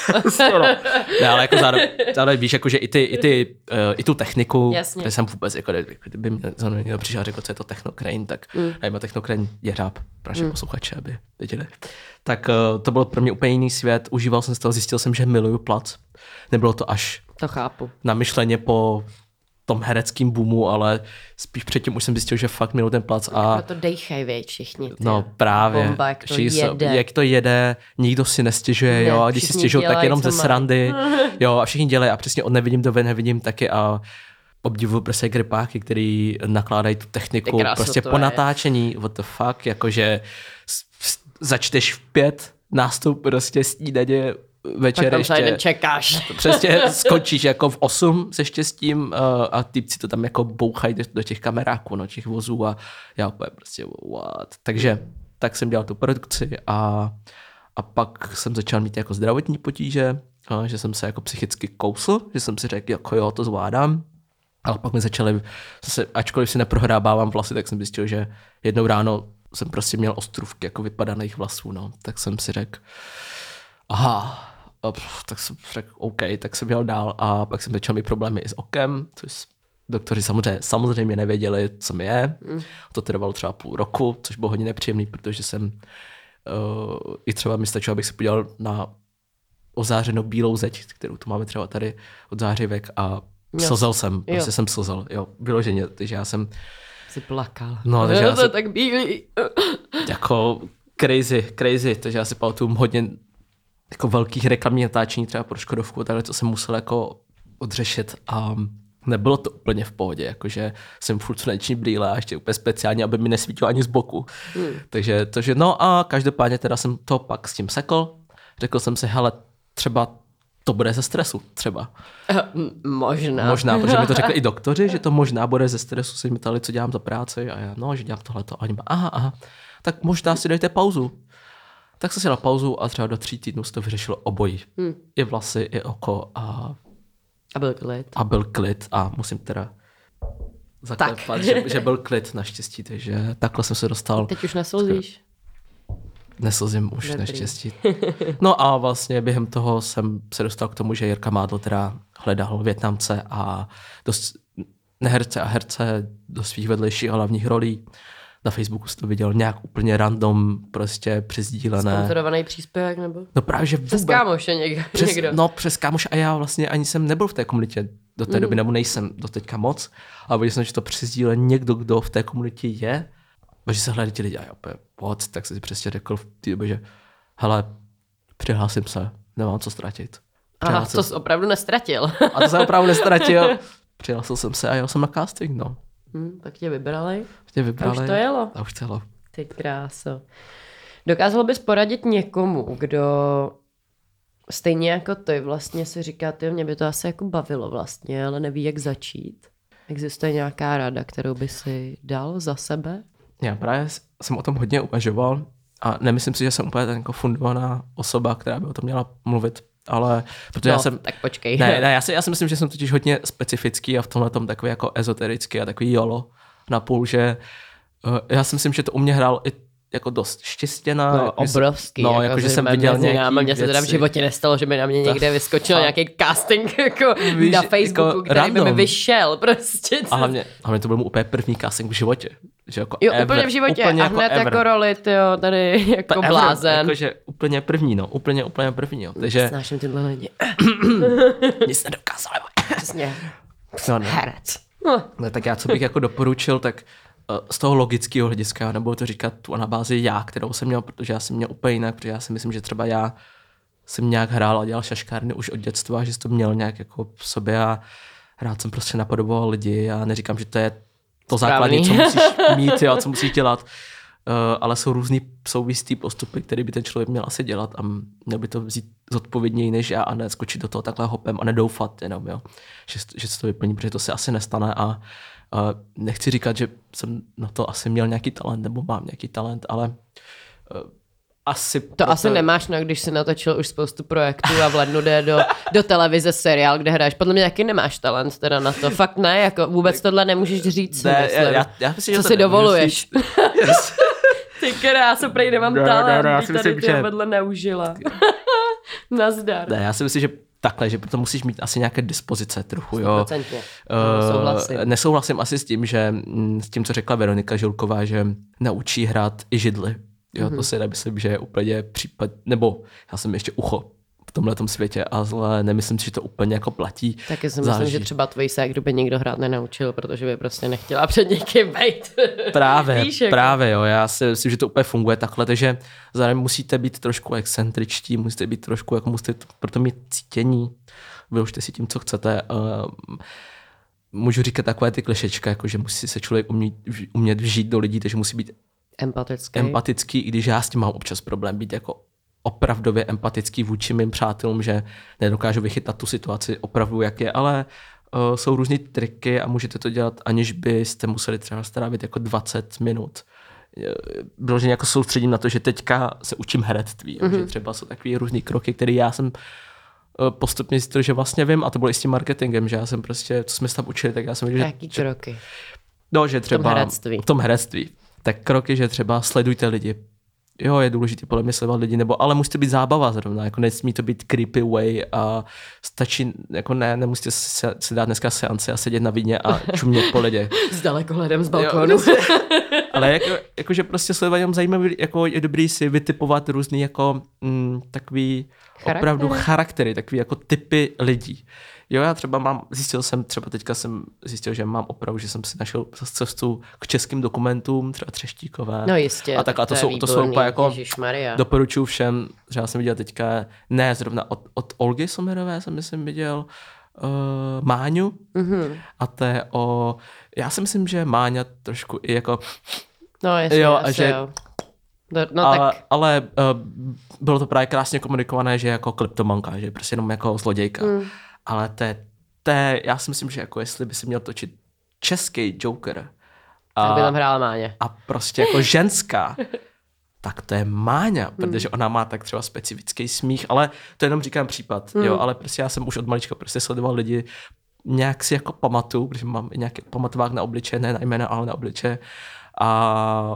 Ne, ale jako zároveň víš, jako, že i tu techniku, kde jsem vůbec, jako, kdyby mě někdo přišel a řekl, co je to Technocrane, tak nevím, Technocrane je řáb pro naše posluchače, aby věděli. Tak to bylo pro mě úplně jiný svět, užíval jsem z toho, zjistil jsem, že miluju plac. Nebylo to až to chápu. Namyšleně po tom hereckým boomu, ale spíš předtím už jsem zjistil, že fakt miluji ten plac. A to dejchají, věď, všichni. No právě. Bomba, jak to jede, nikdo si nestěžuje, jo, a když si stěžují, tak jenom ze srandy, jo, a všichni dělají a přesně od nevidím do nevidím taky a obdivuju prostě gripáky, který nakládají tu techniku prostě po natáčení, what the fuck, jakože začteš v 5, nástup prostě snídaně, večer tak ještě. Jeden čekáš. Přesně skončíš jako v 8 se štěstím a typci to tam jako bouchají do těch kameráků, no, těch vozů a já úplně prostě what. Takže tak jsem dělal tu produkci a pak jsem začal mít jako zdravotní potíže, že jsem se jako psychicky kousl, že jsem si řekl, jako jo, to zvládám. Ale pak mi začaly, ačkoliv si neprohrávám vlasy, tak jsem zjistil, že jednou ráno jsem prostě měl ostrůvky jako vypadaných vlasů, no. Tak jsem si řekl, aha, tak jsem řekl, OK, tak jsem jel dál a pak jsem začal mít problémy i s okem, což doktoři samozřejmě nevěděli, co mi je. To trvalo třeba půl roku, což bylo hodně nepříjemný, protože jsem i třeba mi stačilo, abych se podíval na ozářenou bílou zeď, kterou tu máme třeba tady od zářivek a slzel jsem, prostě jsem slzel, jo, vyloženě, takže já jsem si plakal. No, takže to je tak bílý. Jako crazy, takže já si pamatuju hodně jako velkých reklamních natáčení třeba pro Škodovku, takhle to jsem musel jako odřešit a nebylo to úplně v pohodě, jakože jsem furt sluneční brýle a ještě úplně speciálně, aby mi nesvítilo ani z boku. Takže no a každopádně teda jsem to pak s tím sekl, řekl jsem si, hele, třeba to bude ze stresu třeba. Možná, protože mi to řekli i doktoři, že to možná bude ze stresu, se mi ptali, co dělám za práci a já, že dělám tohleto. A oni aha, tak možná si dejte pauzu. Tak jsem si dal pauzu a třeba do 3 týdnů se to vyřešilo obojí. I vlasy, i oko a byl klid a musím teda zaklepat, že byl klid naštěstí, takže takhle jsem se dostal. Teď už neslzíš? Neslzím už naštěstí. No a vlastně během toho jsem se dostal k tomu, že Jirka Mádl teda hledal Vietnamce a neherce a herce do svých vedlejších a hlavních rolí. Na Facebooku jsi to viděl nějak úplně random, prostě přesdílené. Sponzorovaný příspěvek nebo? No právě, že vůbec. Přes kámoše někdo. No přes kámoše a já vlastně ani jsem nebyl v té komunitě do té doby, nebo nejsem do teďka moc. A viděl jsem, že to přesdíle někdo, kdo v té komunitě je. A že se hledají ti lidi a já opět, tak jsem si přesně řekl v té době, že hele, přihlásím se, nemám co ztratit. Aha, to jsi opravdu nestratil. A to jsem opravdu nestratil. Přihlásil jsem se a jel jsem na casting, no. Tak tě vybrali. A už to jelo. A už to jelo. Ty kráso. Dokázal bys poradit někomu, kdo stejně jako ty vlastně si říká, mě by to asi jako bavilo vlastně, ale neví, jak začít. Existuje nějaká rada, kterou by si dal za sebe? Já právě jsem o tom hodně uvažoval a nemyslím si, že jsem úplně jako fundovaná osoba, která by o tom měla mluvit, ale protože já jsem... tak počkej. Ne, já si myslím, že jsem totiž hodně specifický a v tomhle tom takový jako ezoterický a takový jolo napůl, že já si myslím, že to u mě hrál i jako dost štěstěná. No, obrovský. No, jako že jsem viděl nějaký Mně se teda v životě nestalo, že by na mě někde vyskočil nějaký casting jako na Facebooku, jako který by mi vyšel prostě. A hlavně to byl mu úplně první casting v životě. Že jako jo, úplně v životě. Úplně a hned jako roli, tyjo, tady jako blázen. Jakože úplně první, no. Úplně první, jo. Takže... Snáším tyhle lidi. Nic nedokázal. Přesně. No, herec. No, tak já, co bych jako doporučil, tak z toho logického hlediska, nebo to říkat tu na bázi já, kterou jsem měl, protože já jsem měl úplně jinak, protože já si myslím, že třeba já jsem nějak hrál a dělal šaškárny už od dětstva, že jsem to měl nějak jako v sobě a rád jsem prostě napodoboval lidi a neříkám, že to je to základní, co musíš mít, jo, co musíš dělat, ale jsou jistý postupy, které by ten člověk měl asi dělat a měl by to vzít zodpovědněji než já a neskočit do toho takhle hopem a nedoufat jenom, jo, že se to vyplní, protože to se asi nestane a nechci říkat, že jsem na to asi měl nějaký talent, nebo mám nějaký talent, ale asi nemáš, no, když jsi natočil už spoustu projektů a v lednu jde do televize seriál, kde hraješ. Podle mě taky nemáš talent teda na to. Fakt ne, jako vůbec tohle nemůžeš říct. Ne, já myslím, co si dovoluješ. Ty kráso, prej nemám talent, já si myslím, že vedle neužila. Nazdar. Ne, já si myslím, že takhle, že proto musíš mít asi nějaké dispozice trochu, jo. 100%. Souhlasím. Nesouhlasím asi s tím, co řekla Veronika Žilková, že naučí hrát i židli. Jo, to si nemyslím, že je úplně případ, nebo já jsem ještě ucho v tomhletom světě, ale nemyslím si, že to úplně jako platí. Taky si myslím, že třeba tvojí ségru by někdo hrát nenaučil, protože by prostě nechtěla před někým bejt. Právě, jo, já si myslím, že to úplně funguje takhle, takže zároveň musíte být trošku excentričtí, musíte být trošku, jako musíte proto mít cítění, vyložte si tím, co chcete. Můžu říkat takové ty klišečka, jako že musí se člověk umět vžít do lidí, takže musí být empatický, i když já s tím mám občas problém být jako opravdově empatický vůči mým přátelům, že nedokážu vychytat tu situaci opravdu, jak je, ale jsou různý triky a můžete to dělat, aniž byste museli třeba strávit jako 20 minut. Vyloženě jako soustředím na to, že teďka se učím herectví, že třeba jsou takový různý kroky, které já jsem postupně zjistil, že vlastně vím, a to bylo i s tím marketingem, že já jsem prostě, co jsme se tam učili, tak já jsem viděl, jaký kroky? No, že třeba v tom herectví. Tak kroky, že třeba sledujte lidi. Jo, je důležité podle mě sledovat lidi, nebo ale musí to být zábava zrovna, jako nesmí to být creepy way a stačí, jako nemusíte si dát dneska seanci a sedět na víně a čumět po lidech. S dalekohledem z balkónu. Ale jakože prostě sledovat jenom zajímavý, jako je dobrý si vytipovat různý jako takový opravdu charaktery, takový jako typy lidí. Jo, já třeba teďka jsem zjistil, že mám opravdu, že jsem si našel cestu k českým dokumentům, třeba Třeštíkové. No jistě. A tak a to jsou úplně jako, doporučuji všem, třeba jsem viděl teďka, ne zrovna od Olgy Sommerové jsem myslím viděl, Máňu. A to je já si myslím, že Máňa trošku i jako... No jasně, jo, a že jo. Ale bylo to právě krásně komunikované, že jako kleptomanka, že prostě jenom jako zlodějka. Ale já si myslím, že jako jestli by si měl točit český Joker tak by tam hrála Máňa. A prostě jako ženská, tak to je Máňa, protože ona má tak třeba specifický smích, ale to jenom říkám případ, jo, ale prostě já jsem už od malička prostě sledoval lidi, nějak si jako pamatuju, protože mám i nějaký pamatovák na obliče, ne na jména, ale na obliče a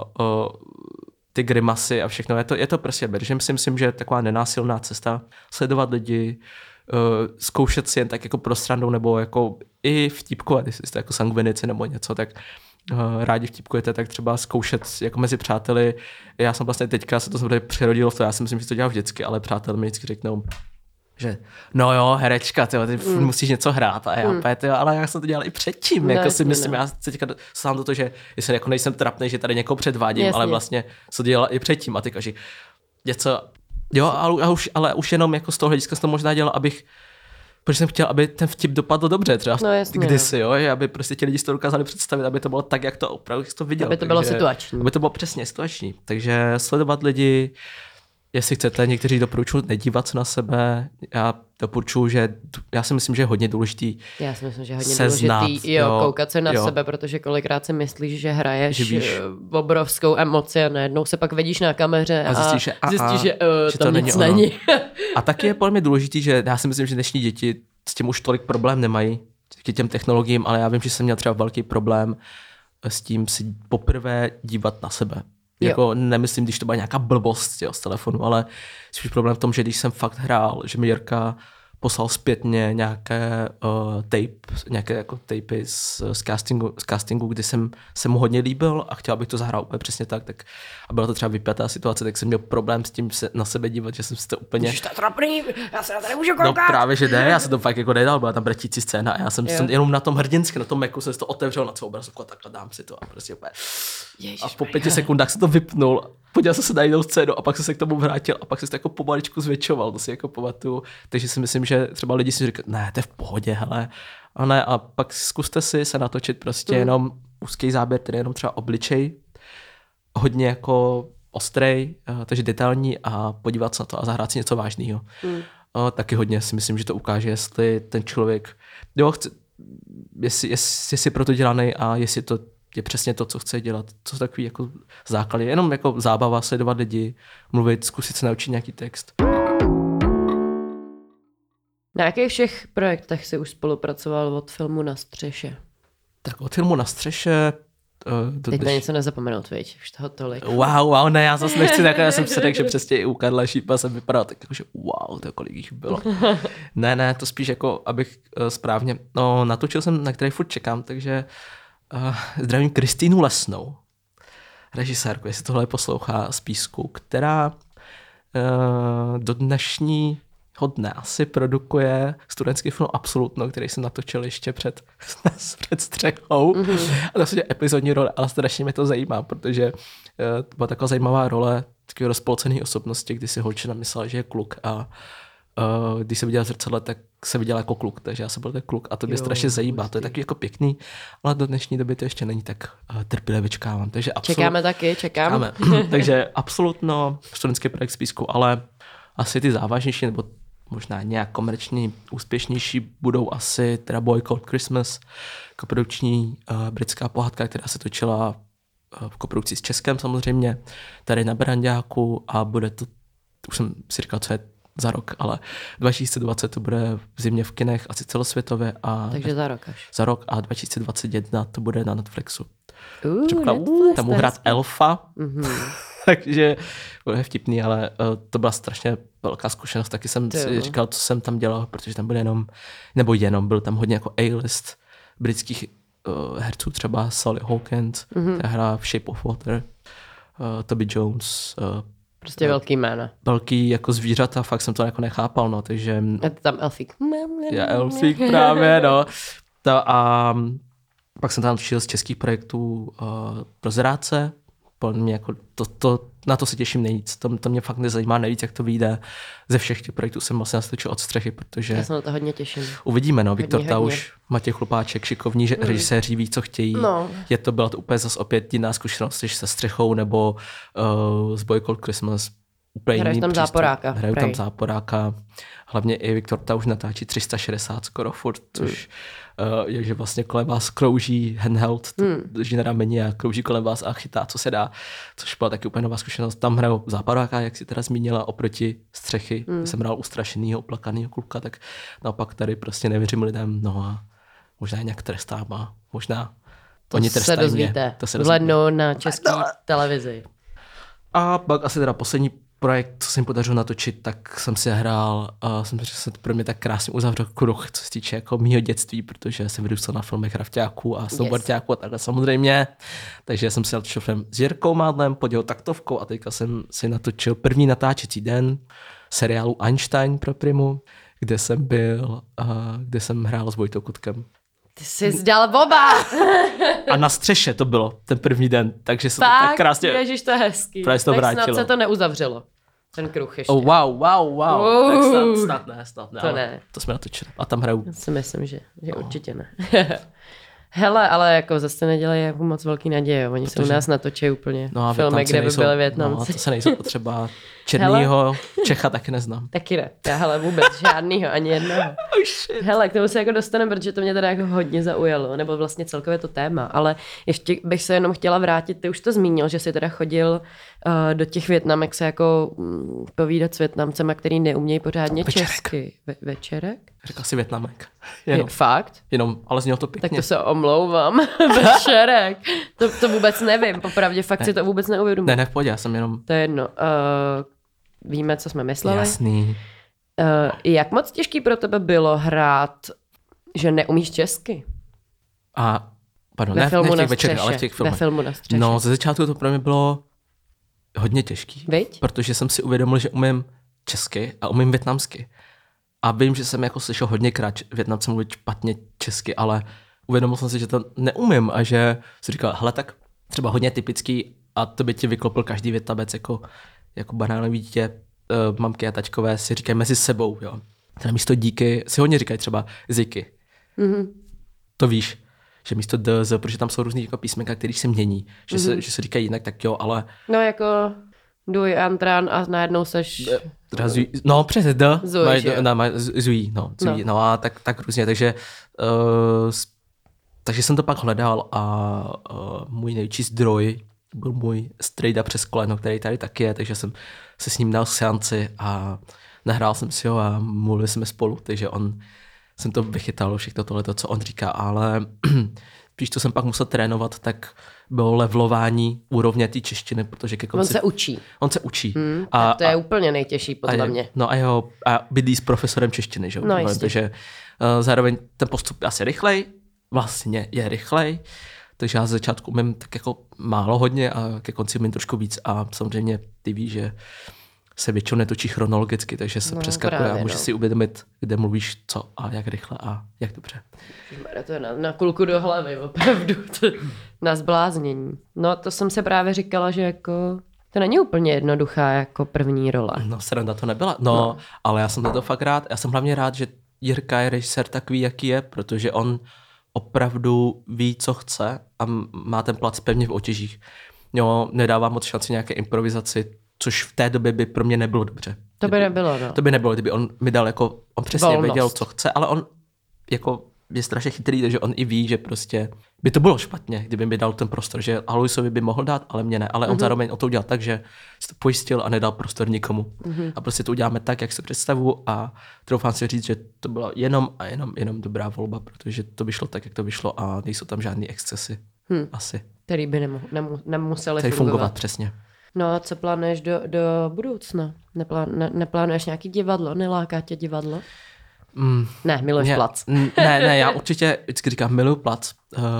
ty grimasy a všechno, je to prostě, že myslím, že je taková nenásilná cesta sledovat lidi, zkoušet si jen tak jako prostrannou nebo jako i vtipkovat, jestli jste jako sangvinici nebo něco, tak rádi vtipkujete, tak třeba zkoušet jako mezi přáteli. Já jsem vlastně teďka se to samozřejmě přirodilo v to, já si myslím, že to dělám vždycky, ale přátelé mi vždycky řeknou, že no jo, herečka, ty musíš něco hrát a já ale já jsem to dělal i předtím, jako si myslím, já se teďka sám do toho, že jestli jako nejsem trapnej, že tady někoho předvádím, jasně. Ale vlastně se to dělala i předtím a ty kaží něco, jo, ale už jenom jako z toho hlediska jsem to možná dělal, protože jsem chtěl, aby ten vtip dopadl dobře, třeba kdysi, jo, aby prostě ti lidi si to dokázali představit, aby to bylo tak, jak to opravdu to viděl. Aby to bylo situační. Aby to bylo přesně situační. Takže sledovat lidi, jestli chcete, někteří doporučují nedívat se na sebe, já doporučuji, že já si myslím, že je hodně důležitý. Já si myslím, že je hodně důležitý koukat se na sebe, protože kolikrát si myslíš, že hraješ obrovskou emoci a najednou se pak vidíš na kameře a zjistíš, že tam nic není. A taky je podle mě důležitý, že já si myslím, že dnešní děti s tím už tolik problém nemají, k těm technologiím, ale já vím, že jsem měl třeba velký problém s tím si poprvé dívat na sebe. Jako nemyslím, když to byla nějaká blbost z telefonu, ale spíš problém v tom, že když jsem fakt hrál, že mi Jirka poslal zpětně nějaké nějaké jako tapy z castingu, kdy jsem se mu hodně líbil a chtěl, abych to zahrál úplně přesně tak a byla to třeba vypjatá situace, tak jsem měl problém s tím se na sebe dívat, že jsem si to úplně... Ježiš, to je trapný, já se na to nemůžu koukat. No právě, že ne, já jsem to fakt jako nedal, byla tam bretící scéna a já jsem jenom na tom hrdinsky, na tom Macu jsem si to otevřel na celou obrazovku a takhle dám si to a prostě úplně... A po 5 sekundách se to vypnul, podíval jsem se na jinou scénu a pak jsem se k tomu vrátil a pak jsem to jako pomaličku zvětšoval, to si jako pamatuju. Takže si myslím, že třeba lidi si říkají, ne, to je v pohodě, hele. A ne, a pak zkuste si se natočit prostě jenom úzký záběr, který je jenom třeba obličej, hodně jako ostrej, takže detailní a podívat se na to a zahrát si něco vážného. Taky hodně si myslím, že to ukáže, jestli ten člověk, jestli si pro to dělaný a jestli to je přesně to, co chce dělat. To jsou takový jako základy. Jenom jako zábava, sledovat lidi, mluvit, zkusit se naučit nějaký text. Na jakých všech projektech jsi už spolupracoval od filmu Na střeše? Tak od filmu Na střeše... Teď na něco nezapomenout, viď? Už toho tolik. Wow, ne, já zase nechci takhle, já jsem si řekl, že přesně i u Karla Šípa jsem vypadal tak jako, že wow, to kolik jich bylo. ne, to spíš jako, abych správně, natočil jsem, na který furt čekám, takže zdravím Kristýnu Lesnou, režisérku, jestli tohle poslouchá z Písku, která do dnešního dne asi produkuje studentský film Absolutno, který jsem natočil ještě před střechou. A to je epizodní role, ale strašně mě to zajímá, protože to byla taková zajímavá role takové rozpolcené osobnosti, kdy si holčina myslela, že je kluk a když se viděla zrcadle, tak se viděla jako kluk, takže já jsem byl ten kluk a to mě strašně zajímá. To je taky jako pěkný, ale do dnešní doby to ještě není tak trpělivě vyčkávám. Takže čekáme taky. Takže Absolutno, studentský projekt z Písku, ale asi ty závažnější nebo možná nějak komerčně úspěšnější budou asi teda Boy Called Christmas, koprodukční britská pohádka, která se točila v koprodukci s Českem samozřejmě, tady na Branďáku a bude to, už jsem si říkal, co je za rok, ale 2020 to bude v zimě v kinech, asi celosvětově. Takže za rok až. Za rok a 2021 to bude na Netflixu. Tam hrát Elfa, takže bude vtipný, ale to byla strašně velká zkušenost. Taky jsem si říkal, co jsem tam dělal, protože tam byl byl tam hodně jako A-list britských herců, třeba Sally Hawkins, která hra v Shape of Water, Toby Jones, prostě velký jména. Velký jako zvířata, fakt jsem to jako nechápal, no, takže... A tam Elfík. Elfík právě, no. A pak jsem tam šel z českých projektů pro Zrádce, podle mě jako na to se těším nejvíc. To mě fakt nezajímá nejvíc, jak to vyjde ze všech těch projektů. Jsem vlastně nastočil od střechy, protože... Já se na to hodně těším. Uvidíme, no. Viktor Tauš, Matěj Chlupáček, šikovní režiséři ví, co chtějí. No. Byla to úplně zase opět jiná zkušenost, než se střechou nebo s Boy Called Christmas. Hraješ tam záporáka. Hraju tam záporáka. Hlavně i Viktor Tauš natáčí 360 skoro furt, což je, že vlastně kolem vás krouží handheld, drží na rameni a krouží kolem vás a chytá, co se dá, což byla taky úplně nová zkušenost. Tam hraju záporáka, jak si teda zmínila, oproti střechy, kde jsem hrál ustrašenýho, uplakanýho kluka, tak naopak tady prostě nevěřím lidem, no a možná je nějak trestám a možná oni trestají mě. To se dozvíte v lednu na české televizi. A pak asi teda poslední projekt, co jsem podařil natočit, tak jsem si hrál a jsem říkal, že se to pro mě tak krásně uzavřel kruh, co se týče jako mýho dětství, protože jsem vyrůstal na filmech Rafťáků a snowboarďáků a takhle samozřejmě. Takže jsem si natočil film s Jirkou Mádlem pod jeho taktovkou a teďka jsem si natočil první natáčecí den seriálu Einstein pro Primu, kde jsem hrál s Vojtou Kutkem. Ty jsi zdal oba! A na střeše to bylo ten první den, takže se to tak krásně... Ježiš, to je hezký. Právě to vrátilo. Snad se to neuzavřelo, ten kruh ještě. Oh, wow. Tak snad ne. To ne. To jsme natočili. A tam hraju. Já si myslím, že určitě ne. Hele, ale jako zase nedělají jako moc velký naděje. Oni se u nás natočí úplně filmy, kde by byli Vietnamci. No, to se nejsou potřeba černýho Čecha taky neznám. Taky ne. Já hele vůbec žádnýho, ani jednoho. Oh shit. Hele, k tomu se jako dostaneme, protože to mě teda jako hodně zaujalo, nebo vlastně celkově to téma, ale ještě bych se jenom chtěla vrátit, ty už to zmínil, že jsi teda chodil do těch Vietnamek se jako povídat s Vietnamcema, který neumějí pořádně česky. Večerek? Řekl si Vietnamek. Fakt? Jenom, ale znělo to pěkně. Tak to se omlouvám. Večerek. To vůbec nevím, popravdě fakt si to vůbec neuvědomuji. Ne, v pohodě, já jsem jenom... To je jedno. Víme, co jsme mysleli. Jasný. Jak moc těžký pro tebe bylo hrát, že neumíš česky? Ne v těch večerech, ale v těch filmech. Ve filmu na střeše. No, ze začátku to pro mě bylo hodně těžký. Viď? Protože jsem si uvědomil, že umím česky a umím vietnamsky. A vím, že jsem jako slyšel hodněkrát Vietnamce mluvit špatně česky, ale uvědomil jsem si, že to neumím a že si říkal, hele, tak třeba hodně typický a to by ti vyklopil každý Vietnamec jako banánový dítě, mamky a tačkové si říkají mezi sebou, jo. Teda místo díky si hodně říkají třeba ziky. Mm-hmm. To víš, že místo d, protože tam jsou různý jako písmenka, který se mění, že se říkají jinak, tak jo, ale... No jako duj, antran a najednou seš... No přesně, zují, no a tak různě, takže jsem to pak hledal a můj největší zdroj byl můj strejda přes koleno, který tady taky je, takže jsem se s ním dal seanci a nahrál jsem si ho a mluvili jsme spolu, takže jsem to vychytal všechno tohleto, co on říká, ale když to jsem pak musel trénovat, tak bylo levelování úrovně té češtiny, protože ke konci... On se učí. A to je úplně nejtěžší podle mě. No a bydlí s profesorem češtiny, že? No, takže zároveň ten postup je asi rychlej, vlastně je rychlej, takže já z začátku umím tak jako málo hodně a ke konci umím trošku víc a samozřejmě ty víš, že se většinou netočí chronologicky, takže se přeskakuje a můžeš si uvědomit, kde mluvíš co a jak rychle a jak dobře. To je na kulku do hlavy, opravdu, na zbláznění. No to jsem se právě říkala, že jako to není úplně jednoduchá jako první role. No sranda to nebyla, no. Ale já jsem to fakt rád, já jsem hlavně rád, že Jirka je režisér takový, jaký je, protože on opravdu ví, co chce a má ten plac pevně v otěžích. Jo, nedává moc šanci nějaké improvizaci, což v té době by pro mě nebylo dobře. To by nebylo, no. To by nebylo, kdyby on mi dal jako, on přesně volnost. Věděl, co chce, ale on jako je strašně chytrý, takže on i ví, že prostě by to bylo špatně, kdyby mi dal ten prostor, že Aloisovi by mohl dát, ale mě ne. Ale on zároveň o to udělal tak, že si to pojistil a nedal prostor nikomu. A prostě to uděláme tak, jak se představu a troufám si říct, že to byla jenom dobrá volba, protože to vyšlo tak, jak to vyšlo a nejsou tam žádný excesy. Asi. Který by nemuseli fungovat. Přesně. No a co plánuješ do budoucna? Neplánuješ nějaký divadlo? Neláká tě divadlo? Ne, miluješ plac. Ne, já určitě vždycky říkám, miluju plac.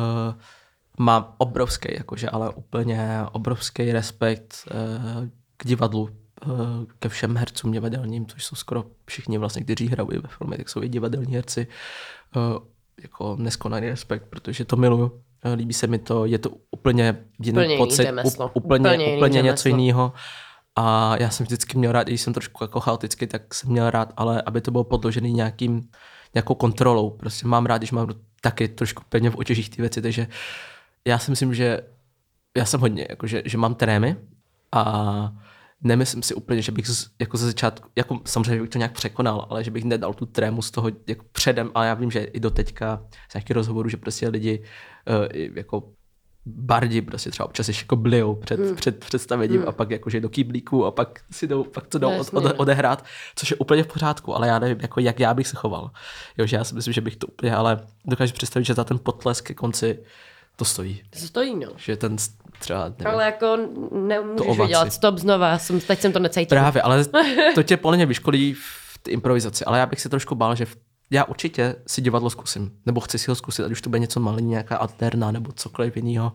Mám obrovský, jakože, ale úplně obrovský respekt k divadlu, ke všem hercům divadelním, což jsou skoro všichni vlastně, kteří hrají ve filmě, tak jsou i divadelní herci. Jako neskonalý respekt, protože to miluju. líbí se mi to, je to úplně jiný pocit, úplně něco jiného. A já jsem vždycky měl rád, když jsem trošku jako chaotický, tak jsem měl rád, ale aby to bylo podložený nějakou kontrolou. Prostě mám rád, když mám taky trošku pevně v očích ty věci, takže já si myslím, že já jsem hodně, jakože, že mám trémy a nemyslím si úplně, že bych jako ze začátku, jako samozřejmě bych to nějak překonal, ale že bych nedal tu trému z toho jako předem, ale já vím, že i do teďka z nějakých rozhovorů, že prostě lidi jako bardi prostě třeba občas ještě jako blijou před představením a pak jakože do kýblíku a pak to jdou odehrát, což je úplně v pořádku, ale já nevím, jako jak já bych se choval. Jo, že já si myslím, že bych to úplně, ale dokážu představit, že za ten potlesk ke konci to stojí. To stojí, no. Že ten třeba, nevím, ale jako nemůžeš udělat stop znova, teď jsem to necítil. Právě, ale to tě podle mě vyškolí v té improvizaci, ale já bych se trošku bál, že já určitě si divadlo zkusím, nebo chci si ho zkusit, ať už to bude něco malý, nějaká alterna nebo cokoliv jiného,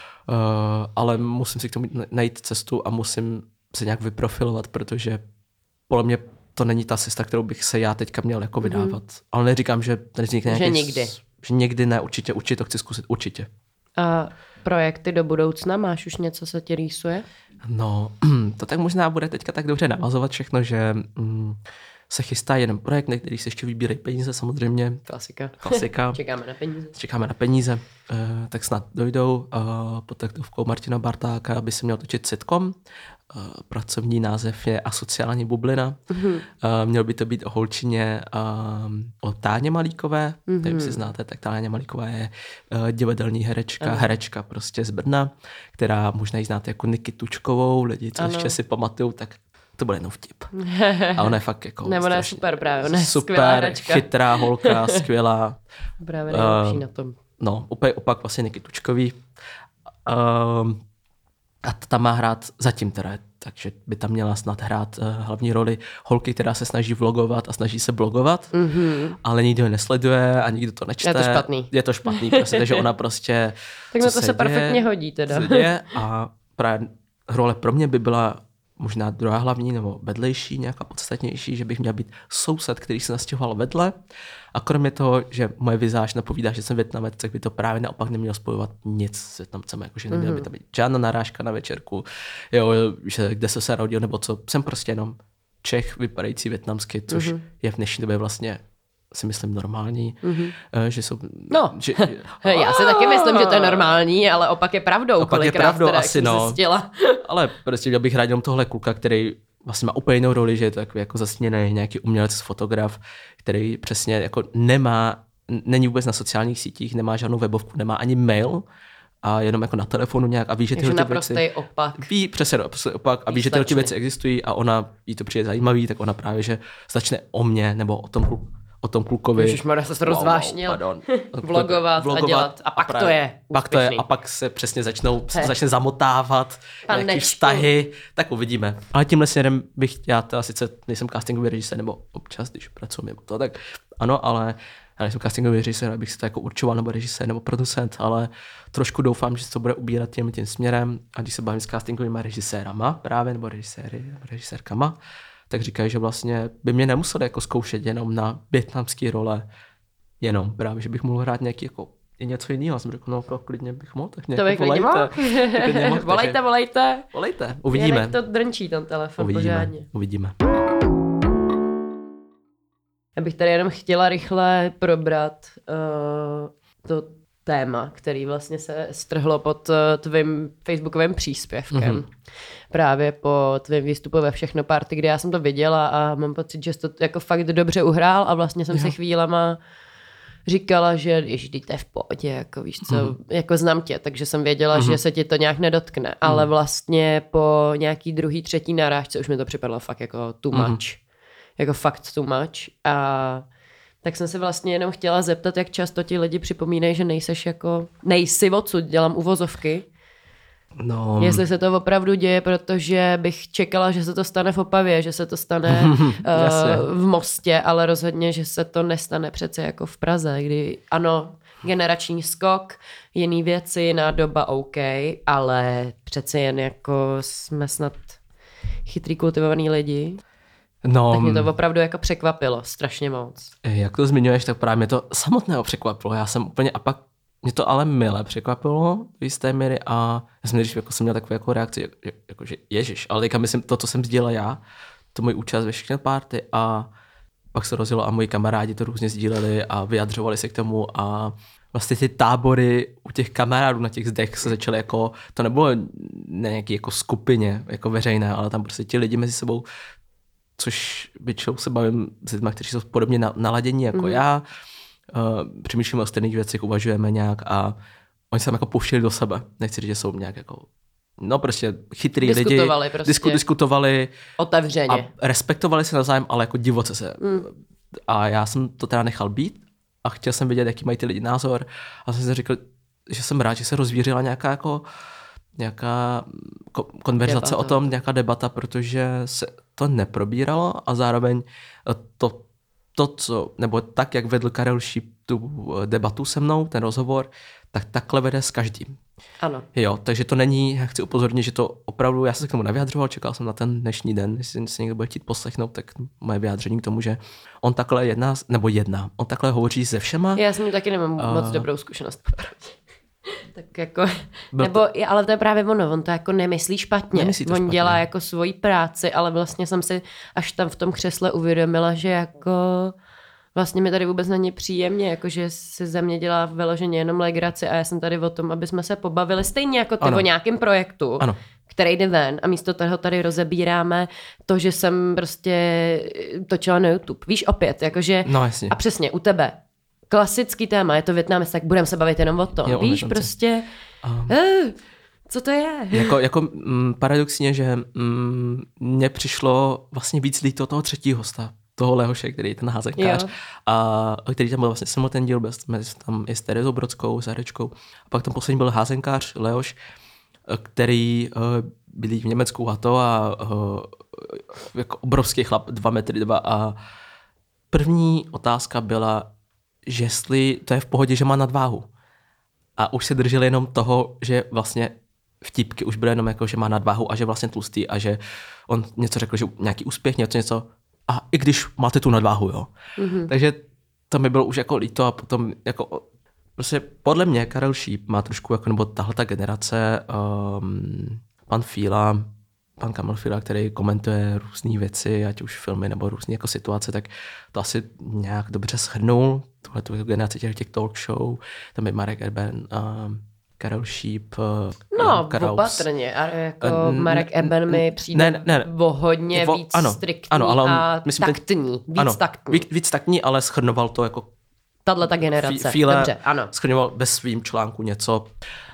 ale musím si k tomu najít cestu a musím se nějak vyprofilovat, protože podle mě to není ta cesta, kterou bych se já teďka měl jako vydávat. Ale neříkám, že nevznikne nějaký... Že nikdy. Že nikdy ne, určitě to chci zkusit, určitě. A projekty do budoucna, máš už něco, co ti rýsuje? No, to tak možná bude teďka tak dobře navazovat všechno, že se chystá jeden projekt, na který se ještě vybírají peníze samozřejmě. Klasika. Čekáme na peníze. Tak snad dojdou pod taktovkou Martina Bartáka, aby se měl točit sitcom. Pracovní název je Asociální bublina. Měl by to být o holčině o Táně Malíkové. Nevím, si znáte, tak Táně Malíková je divadelní herečka prostě z Brna, která možná ji znáte jako Niky Tučkovou. Lidi, co ještě si pamatujou, tak to bude jenom vtip. A ona je fakt jako... Nebo ona je super právě, ona je super, chytrá holka, skvělá. Právě nejlepší na tom. No, úplně opak vlastně Niky Tučkový. A tam má hrát zatím teda, takže by tam měla snad hrát hlavní roli holky, která se snaží vlogovat a snaží se blogovat, ale nikdo je nesleduje a nikdo to nečte. Je to špatný, prostě, takže ona prostě... Tak na to se perfektně hodí teda. A právě role pro mě by byla možná druhá hlavní nebo vedlejší, nějaká podstatnější, že bych měl být soused, který se nastěhoval vedle. A kromě toho, že moje vizáž napovídá, že jsem Vietnamec, tak by to právě naopak nemělo spojovat nic s Vietnamcem, jakože neměla by tam být žádná narážka na večerku, jo, že kde se rodil, nebo co. Jsem prostě jenom Čech vypadající vietnamsky, což je v dnešní době vlastně si myslím normální, že jsou... No, já si taky myslím, že to je normální, ale opak je pravdou. Opak je pravdou, asi no. Ale prostě měl bych rád jenom tohle kluka, který vlastně má úplně jinou roli, že je to takový jako zasněný nějaký umělec, fotograf, který přesně jako není vůbec na sociálních sítích, nemá žádnou webovku, nemá ani mail, a jenom jako na telefonu nějak a ví, že tyhle věci... opak. Ví přesně opak a ví, že tyhle věci existují a ona jí to přijde zajímavý, tak ona právě, že začne o mně nebo o tom klukovi. Ježišmarja, se rozvášnil. Vlogovat a dělat. A pak to je úspěšný. A pak se přesně začne zamotávat nějaký vztahy, tak uvidíme. Ale tímhle směrem bych, já teda sice nejsem castingový režisér, nebo občas, když pracuji mimo to, tak ano, ale já nejsem castingový režisér, abych se to jako určoval, nebo režisér, nebo producent, ale trošku doufám, že se to bude ubírat tím směrem. A když se bavím s castingovými režisérama právě, nebo režisérkama, tak říkají, že vlastně by mě nemuseli jako zkoušet jenom na vietnamský role, jenom právě, že bych mohl hrát nějaký jako něco jiného. Jsem řekl, no klidně bych mohl, tak nějak volejte. Volejte, uvidíme. Jak to drnčí ten telefon pořádně. Uvidíme. Já bych tady jenom chtěla rychle probrat to téma, který vlastně se strhlo pod tvým facebookovým příspěvkem. Právě po tvém výstupu ve Všechno party, kde já jsem to viděla a mám pocit, že jsi to jako fakt dobře uhrál a vlastně jsem si chvílema říkala, že ježiš, to je v pohodě, jako víš co, jako znám tě, takže jsem věděla, že se ti to nějak nedotkne, ale vlastně po nějaký druhý, třetí narážce už mi to připadlo fakt jako too much. Jako fakt too much a tak jsem se vlastně jenom chtěla zeptat, jak často ti lidi připomínají, že nejsi odsud, dělám uvozovky. No. Jestli se to opravdu děje, protože bych čekala, že se to stane v Opavě, že se to stane v Mostě, ale rozhodně, že se to nestane přece jako v Praze, kdy ano, generační skok, jiný věci, jiná doba OK, ale přece jen jako jsme snad chytrý kultivovaný lidi. No, tak mě to opravdu jako překvapilo strašně moc. Jak to zmiňuješ, tak právě mě to samotného překvapilo. Já jsem úplně, a pak mě to ale mile překvapilo v jisté míry a já jsem nejdřív jsem měl takovou jako reakci, že ježiš, ale teďka myslím to, co jsem sdílel já, to můj účast ve všechny party a pak se rozjelo a moji kamarádi to různě sdíleli a vyjadřovali se k tomu a vlastně ty tábory u těch kamarádů na těch zdech se začaly jako, to nebylo nějaký jako skupině, jako veřejné, ale tam prostě ti lidi mezi sebou, což většinou se bavím s lidmi, kteří jsou podobně naladění jako já, přemýšlíme o stejných věcech, uvažujeme nějak a oni se tam jako pouštili do sebe. Nechci říct, že jsou nějak jako, no prostě chytrý lidi. Prostě. Diskutovali. Otevřeně. A respektovali se navzájem, ale jako divoce se. A já jsem to teda nechal být a chtěl jsem vědět, jaký mají ty lidi názor. A jsem si řekl, že jsem rád, že se rozvířila nějaká konverzace debata. O tom, nějaká debata, protože se to neprobíralo a zároveň to, co, nebo tak, jak vedl Karel Šíp tu debatu se mnou, ten rozhovor, tak takhle vede s každým. Ano. Jo, takže to není, já chci upozornit, že to opravdu, já jsem se k tomu nevyjadřoval, čekal jsem na ten dnešní den, jestli se někdo bude chtít poslechnout, tak moje vyjádření k tomu, že on takhle on takhle hovoří se všema. Já jsem taky nemám moc dobrou zkušenost. Tak jako, nebo, ale to je právě ono, on to jako nemyslí špatně. On dělá jako svoji práci, ale vlastně jsem si až tam v tom křesle uvědomila, že jako vlastně mi tady vůbec není příjemně, jakože si ze mě dělá vyloženě jenom legraci a já jsem tady o tom, aby jsme se pobavili stejně jako ty o nějakém projektu, který jde ven a místo toho tady rozebíráme to, že jsem prostě točila na YouTube. Víš, opět, jakože a přesně u tebe. Klasický téma, je to Vietnamec, tak budeme se bavit jenom o tom. Jo, víš, prostě, co to je? Paradoxně, že mně přišlo vlastně víc líto toho třetího hosta, toho Lehoše, který je ten házenkář, a který tam byl vlastně samotný ten díl, byl tam i s Terezou Brodskou, s Herečkou. A pak tam poslední byl házenkář Lehoš, který bydlí v Německu a to a jako obrovský chlap, 2,2 metry a první otázka byla, že jestli to je v pohodě, že má nadváhu. A už se drželi jenom toho, že vlastně vtipky už byly jenom jako, že má nadváhu a že vlastně tlustý a že on něco řekl, že nějaký úspěch, něco a i když máte tu nadváhu, jo. Mm-hmm. Takže to mi bylo už jako líto a potom jako prostě podle mě Karel Šíp má trošku jako, nebo tahleta generace, pan Kamil Fíla, který komentuje různé věci, ať už filmy nebo různé jako situace, tak to asi nějak dobře shrnul. Tuhletu generaci těch talk show, tam je Marek Eben, Karel Šíp, opatrně. A jako Marek Eben mi přijde o hodně víc striktní ale a myslím, taktní. Víc taktní, ale shrnoval to jako tato generace. Dobře, ano. Shrnoval ve svým článku něco.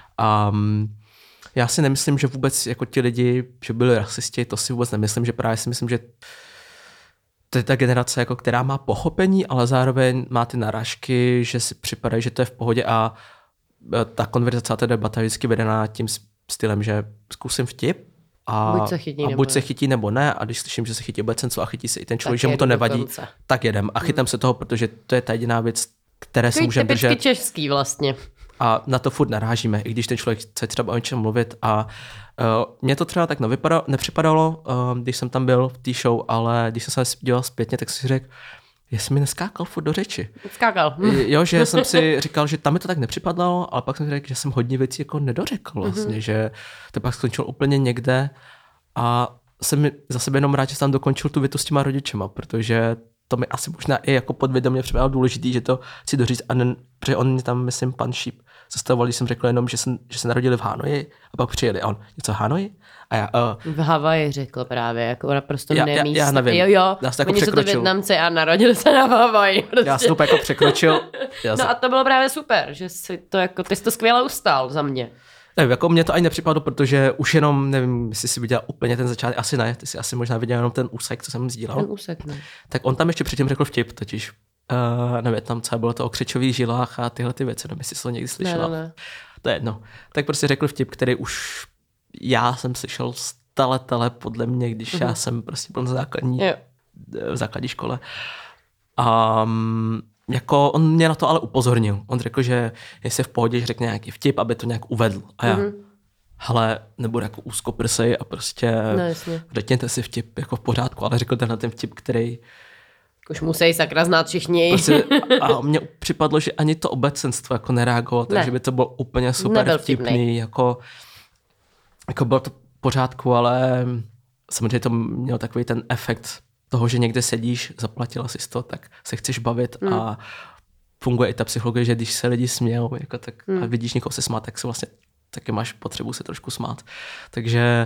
Já si nemyslím, že vůbec jako ti lidi, že byli rasisti, to si vůbec nemyslím, že právě si myslím, že to je ta generace, jako, která má pochopení, ale zároveň má ty narážky, že si připadají, že to je v pohodě a ta konverzace a ta debata je vždycky vedená tím stylem, že zkusím vtip a buď se chytí nebo ne a když slyším, že se chytí obecenstvo a chytí se i ten člověk, že mu to nevadí, tak jedem a chytám se toho, protože to je ta jediná věc, které se můžeme držet. Typicky český vlastně. A na to furt narážíme, i když ten člověk chce třeba o něčem mluvit a mně to třeba tak nepřipadalo, když jsem tam byl v té show, ale když jsem se dělal zpětně, tak si řekl, jestli mi neskákal furt do řeči. Skákal. Jo, že jsem si říkal, že tam mi to tak nepřipadalo, ale pak jsem si řekl, že jsem hodně věcí jako nedořekl vlastně, že to pak skončil úplně někde a jsem za sebe jenom rád, že jsem tam dokončil tu větu s těma rodičema, protože to mi asi možná i jako podvědomě připadalo důležitý, že to chci doříct, protože on mě tam, myslím, pan Šíp zastavoval, když jsem řekl jenom, že se narodili v Hanoji a pak přijeli a on, něco v Hanoji? A já, v Havaji řekl právě, jako naprosto nemístný. Já nevím. Jo, oni jsou to Vietnamci a narodili se na Havaji. Prostě. Já jsem to jako překročil. A to bylo právě super, že si to jako, ty jsi to skvěle ustál za mě. Nevím, jako mně to ani nepřipadlo, protože už jenom, nevím, jestli si viděl úplně ten začátek, asi ne, ty si asi možná viděl jenom ten úsek, co jsem sdílel. Ten úsek, ne. Tak on tam ještě předtím řekl vtip, totiž, nevím, tam co bylo to o křečových žilách a tyhle ty věci, nevím, jestli jsi to někdy slyšela. Ne. To je jedno. Tak prostě řekl vtip, který už já jsem slyšel tele podle mě, když já jsem prostě byl v základní škole. Jako on mě na to ale upozornil. On řekl, že jestli v pohodě, že řekne nějaký vtip, aby to nějak uvedl. A já, hele, nebudu jako úzkoprsej a prostě řekněte si vtip jako v pořádku, ale řekl ten vtip, který Už musí sakra znát všichni. Prostě, a mně připadlo, že ani to obecenstvo jako nereagovalo, takže by to bylo úplně super vtipný. Jako bylo to v pořádku, ale samozřejmě to mělo takový ten efekt toho, že někde sedíš, zaplatila si to, tak se chceš bavit a funguje i ta psychologie, že když se lidi smějou jako tak, a vidíš někoho se smát, tak se vlastně taky máš potřebu se trošku smát. Takže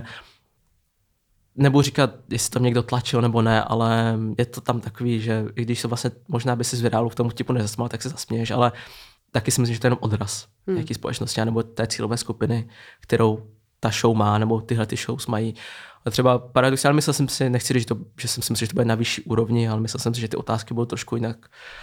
nebudu říkat, jestli to někdo tlačil nebo ne, ale je to tam takový, že i když se vlastně možná by si z virálu v tom vtipu nezasmál, tak se zasměješ, ale taky si myslím, že to je jenom odraz nějaký společnosti nebo té cílové skupiny, kterou ta show má, nebo tyhle ty shows mají. A třeba paradoxálně myslel jsem si, nechci říct, že jsem si myslel, že to bude na vyšší úrovni, ale myslel jsem si, že ty otázky budou trošku jinak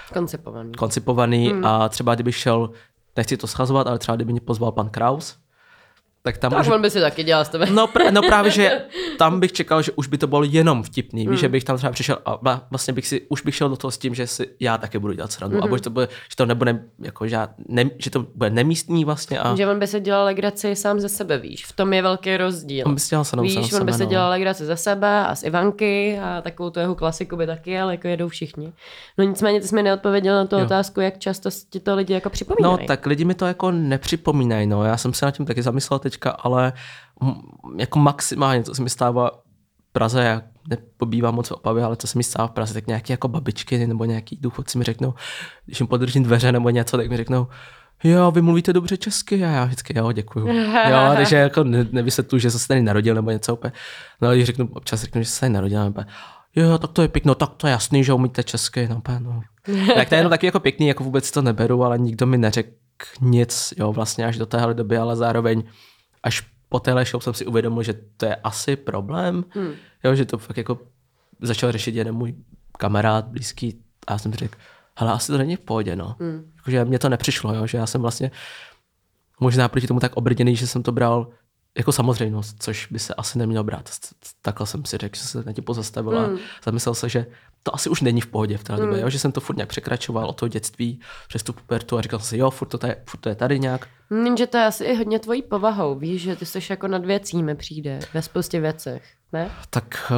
koncipovaný. A třeba kdybych šel, nechci to schazovat, ale třeba kdyby mě pozval pan Kraus, tak tam tak už... on by si taky dělal s tebe. No právě, že tam bych čekal, že už by to bylo jenom vtipný. Víš, že bych tam třeba přišel a vlastně už bych šel do toho s tím, že si já taky budu dělat srandu. A že to nebude jako že to bude nemístní vlastně. A... Že on by se dělal legraci sám ze sebe, víš. V tom je velký rozdíl. On by si dělal srandu víš, on by se dělal legraci ze sebe a z Ivanky a takovou tu jeho klasiku by taky, ale jako jedou všichni. No nicméně ty jsi mi neodpověděl na tu otázku, jak často ti to lidi jako připomínají. No tak lidi mi to jako nepřipomínají, no. Já jsem se nad tím taky zamyslel teďka, ale jako maximálně, co se mi stává v Praze, já nepobývám moc v Opavě, ale co se mi stává v Praze, tak nějaké jako babičky nebo nějaký důchodci mi řeknou, když jim podržím dveře nebo něco, tak mi řeknou, jo, vy mluvíte dobře česky, a já vždycky, jo, děkuju. Jo, takže jako nevysvětluji, že jsem se tady narodil nebo něco úplně. No, když občas řeknu, že jsem se tady narodil, nebo jo, tak to je pěkný, tak to je jasný, že umíte česky, no. Tak to je jenom taky jako pěkný, jako vůbec to neberu, ale nikdo mi neřekl nic, jo, vlastně až do téhle doby, ale zároveň až po téhle show jsem si uvědomil, že to je asi problém, jo, že to fakt jako začal řešit jeden můj kamarád blízký a já jsem řekl, hele, asi to není v pohodě, no. Jakože mně to nepřišlo, jo, že já jsem vlastně možná proti tomu tak obrděný, že jsem to bral jako samozřejmost, což by se asi nemělo brát. Takhle jsem si řekl, že se na tím pozastavil a zamyslel se, že to asi už není v pohodě v té době, jo? Že jsem to furt nějak překračoval od toho dětství přes tu pubertu a říkal jsem si, jo, furt to je tady nějak. Že to je asi i hodně tvojí povahou, víš, že ty jsi jako nad věcí mi přijde ve spoustě věcech, ne? Tak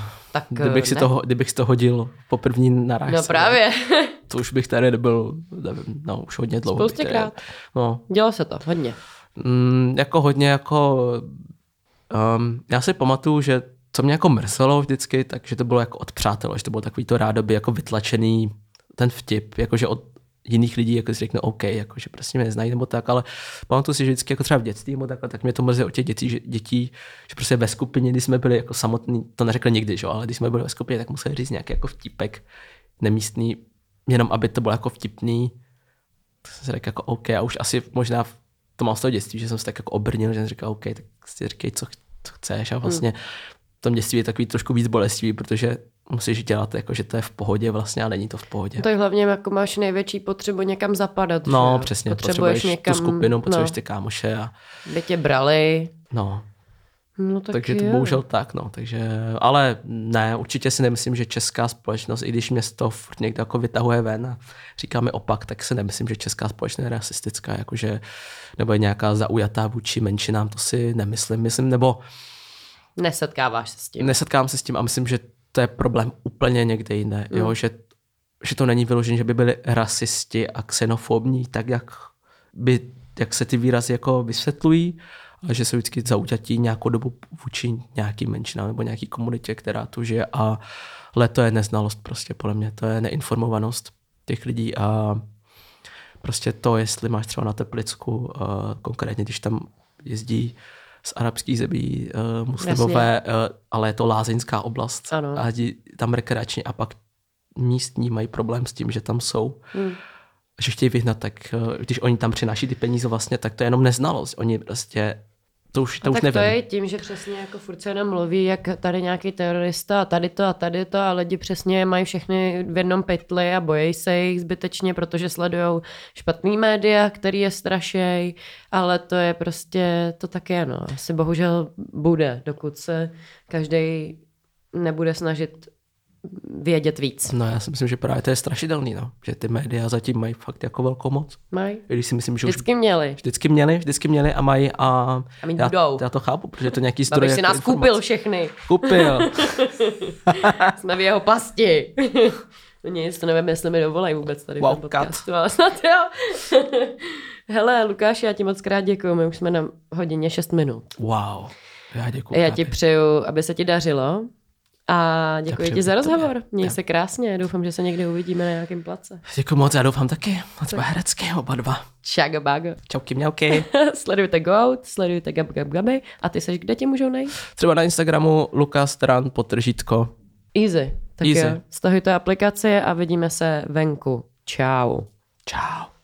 kdybych si to hodil po první narážce. No právě. To už bych tady nebyl, no už hodně dlouho. Spoustěkrát. No. Dělo se to, hodně. Jako hodně, jako já si pamatuju, že co mě jako mrzelo vždycky, takže to bylo jako od přátel, že to bylo takový to rádoby jako vytlačený ten vtip, jakože od jiných lidí jako si řeknu OK, jakože prostě mě neznají nebo tak, ale pamatuju si, že vždycky jako třeba v dětství nebo takhle, tak mě to mrzelo od těch dětí, že prostě ve skupině, když jsme byli jako samotní, to neřekli nikdy, že? Ale když jsme byli ve skupině, tak museli říct nějaký jako vtipek nemístný, jenom aby to bylo jako vtipný. Tak jsem si řekl jako OK, a už asi možná to mám z toho dětství, že jsem se tak jako obrnil, že jsem říkal OK, tak si říkej, co chceš a vlastně v tom dětství je takový trošku víc bolestivý, protože musíš dělat jako, že to je v pohodě vlastně a není to v pohodě. To je hlavně jako máš největší potřebu někam zapadat. No, že? Přesně, potřebuješ někam, tu skupinu, potřebuješ ty kámoše a... By tě brali. No. No takže to bohužel tak, no, takže, ale ne, určitě si nemyslím, že česká společnost, i když mě z toho furt někdo jako vytahuje ven a říká mi opak, tak si nemyslím, že česká společnost je rasistická, jakože, nebo je nějaká zaujatá vůči menšinám, to si myslím, nebo... Nesetkáváš se s tím. Nesetkám se s tím a myslím, že to je problém úplně někde jinde, jo, že to není vyložené, že by byli rasisti a xenofobní, tak jak se ty výrazy jako vysvětlují, ale že se vždycky zauťatí nějakou dobu vůči nějaký menšinám nebo nějaký komunitě, která tu žije, ale to je neznalost prostě podle mě, to je neinformovanost těch lidí a prostě to, jestli máš třeba na Teplicku, konkrétně když tam jezdí z arabských zemí muslimové, ale je to lázeňská oblast a tam rekreačně a pak místní mají problém s tím, že tam jsou. Že chtějí vyhnat, tak když oni tam přináší ty peníze vlastně, tak to je jenom neznalost. Oni prostě to už nevím. To je tím, že přesně jako furt se jenom mluví, jak tady nějaký terorista a tady to a lidi přesně mají všechny v jednom pytli a bojí se jich zbytečně, protože sledujou špatný média, který je strašej, ale to je prostě, to tak je, no. Asi bohužel bude, dokud se každý nebude snažit vědět víc. No já si myslím, že právě to je strašidelný, no. Že ty média zatím mají fakt jako velkou moc. Mají. Když si myslím, že vždycky měli a mají a budou. Já to chápu, protože to nějaký zdroj. Babiš si nás koupil všechny. Koupil. Jsme v jeho pasti. Nic, to nevím, jestli mi dovolají vůbec tady v tom podcastu, cut. ale snad jo. Hele, Lukáši, já ti moc krát děkuju, my už jsme na hodině 6 minut. Wow, já děkuju. Já ti přeju, aby se ti dařilo a děkuji ti za rozhovor. Měj se krásně, doufám, že se někdy uvidíme na nějakém place. Děkuji moc, já doufám taky. Moc bude herecké oba dva. Čaga bago. Čauky mňauky. Sledujte Goat, sledujte Gaby. A ty seš, kde tě můžou najít? Třeba na Instagramu Lukas_Tran. Easy. Tak Easy. jo, stahujte aplikaci a vidíme se venku. Čau. Čau.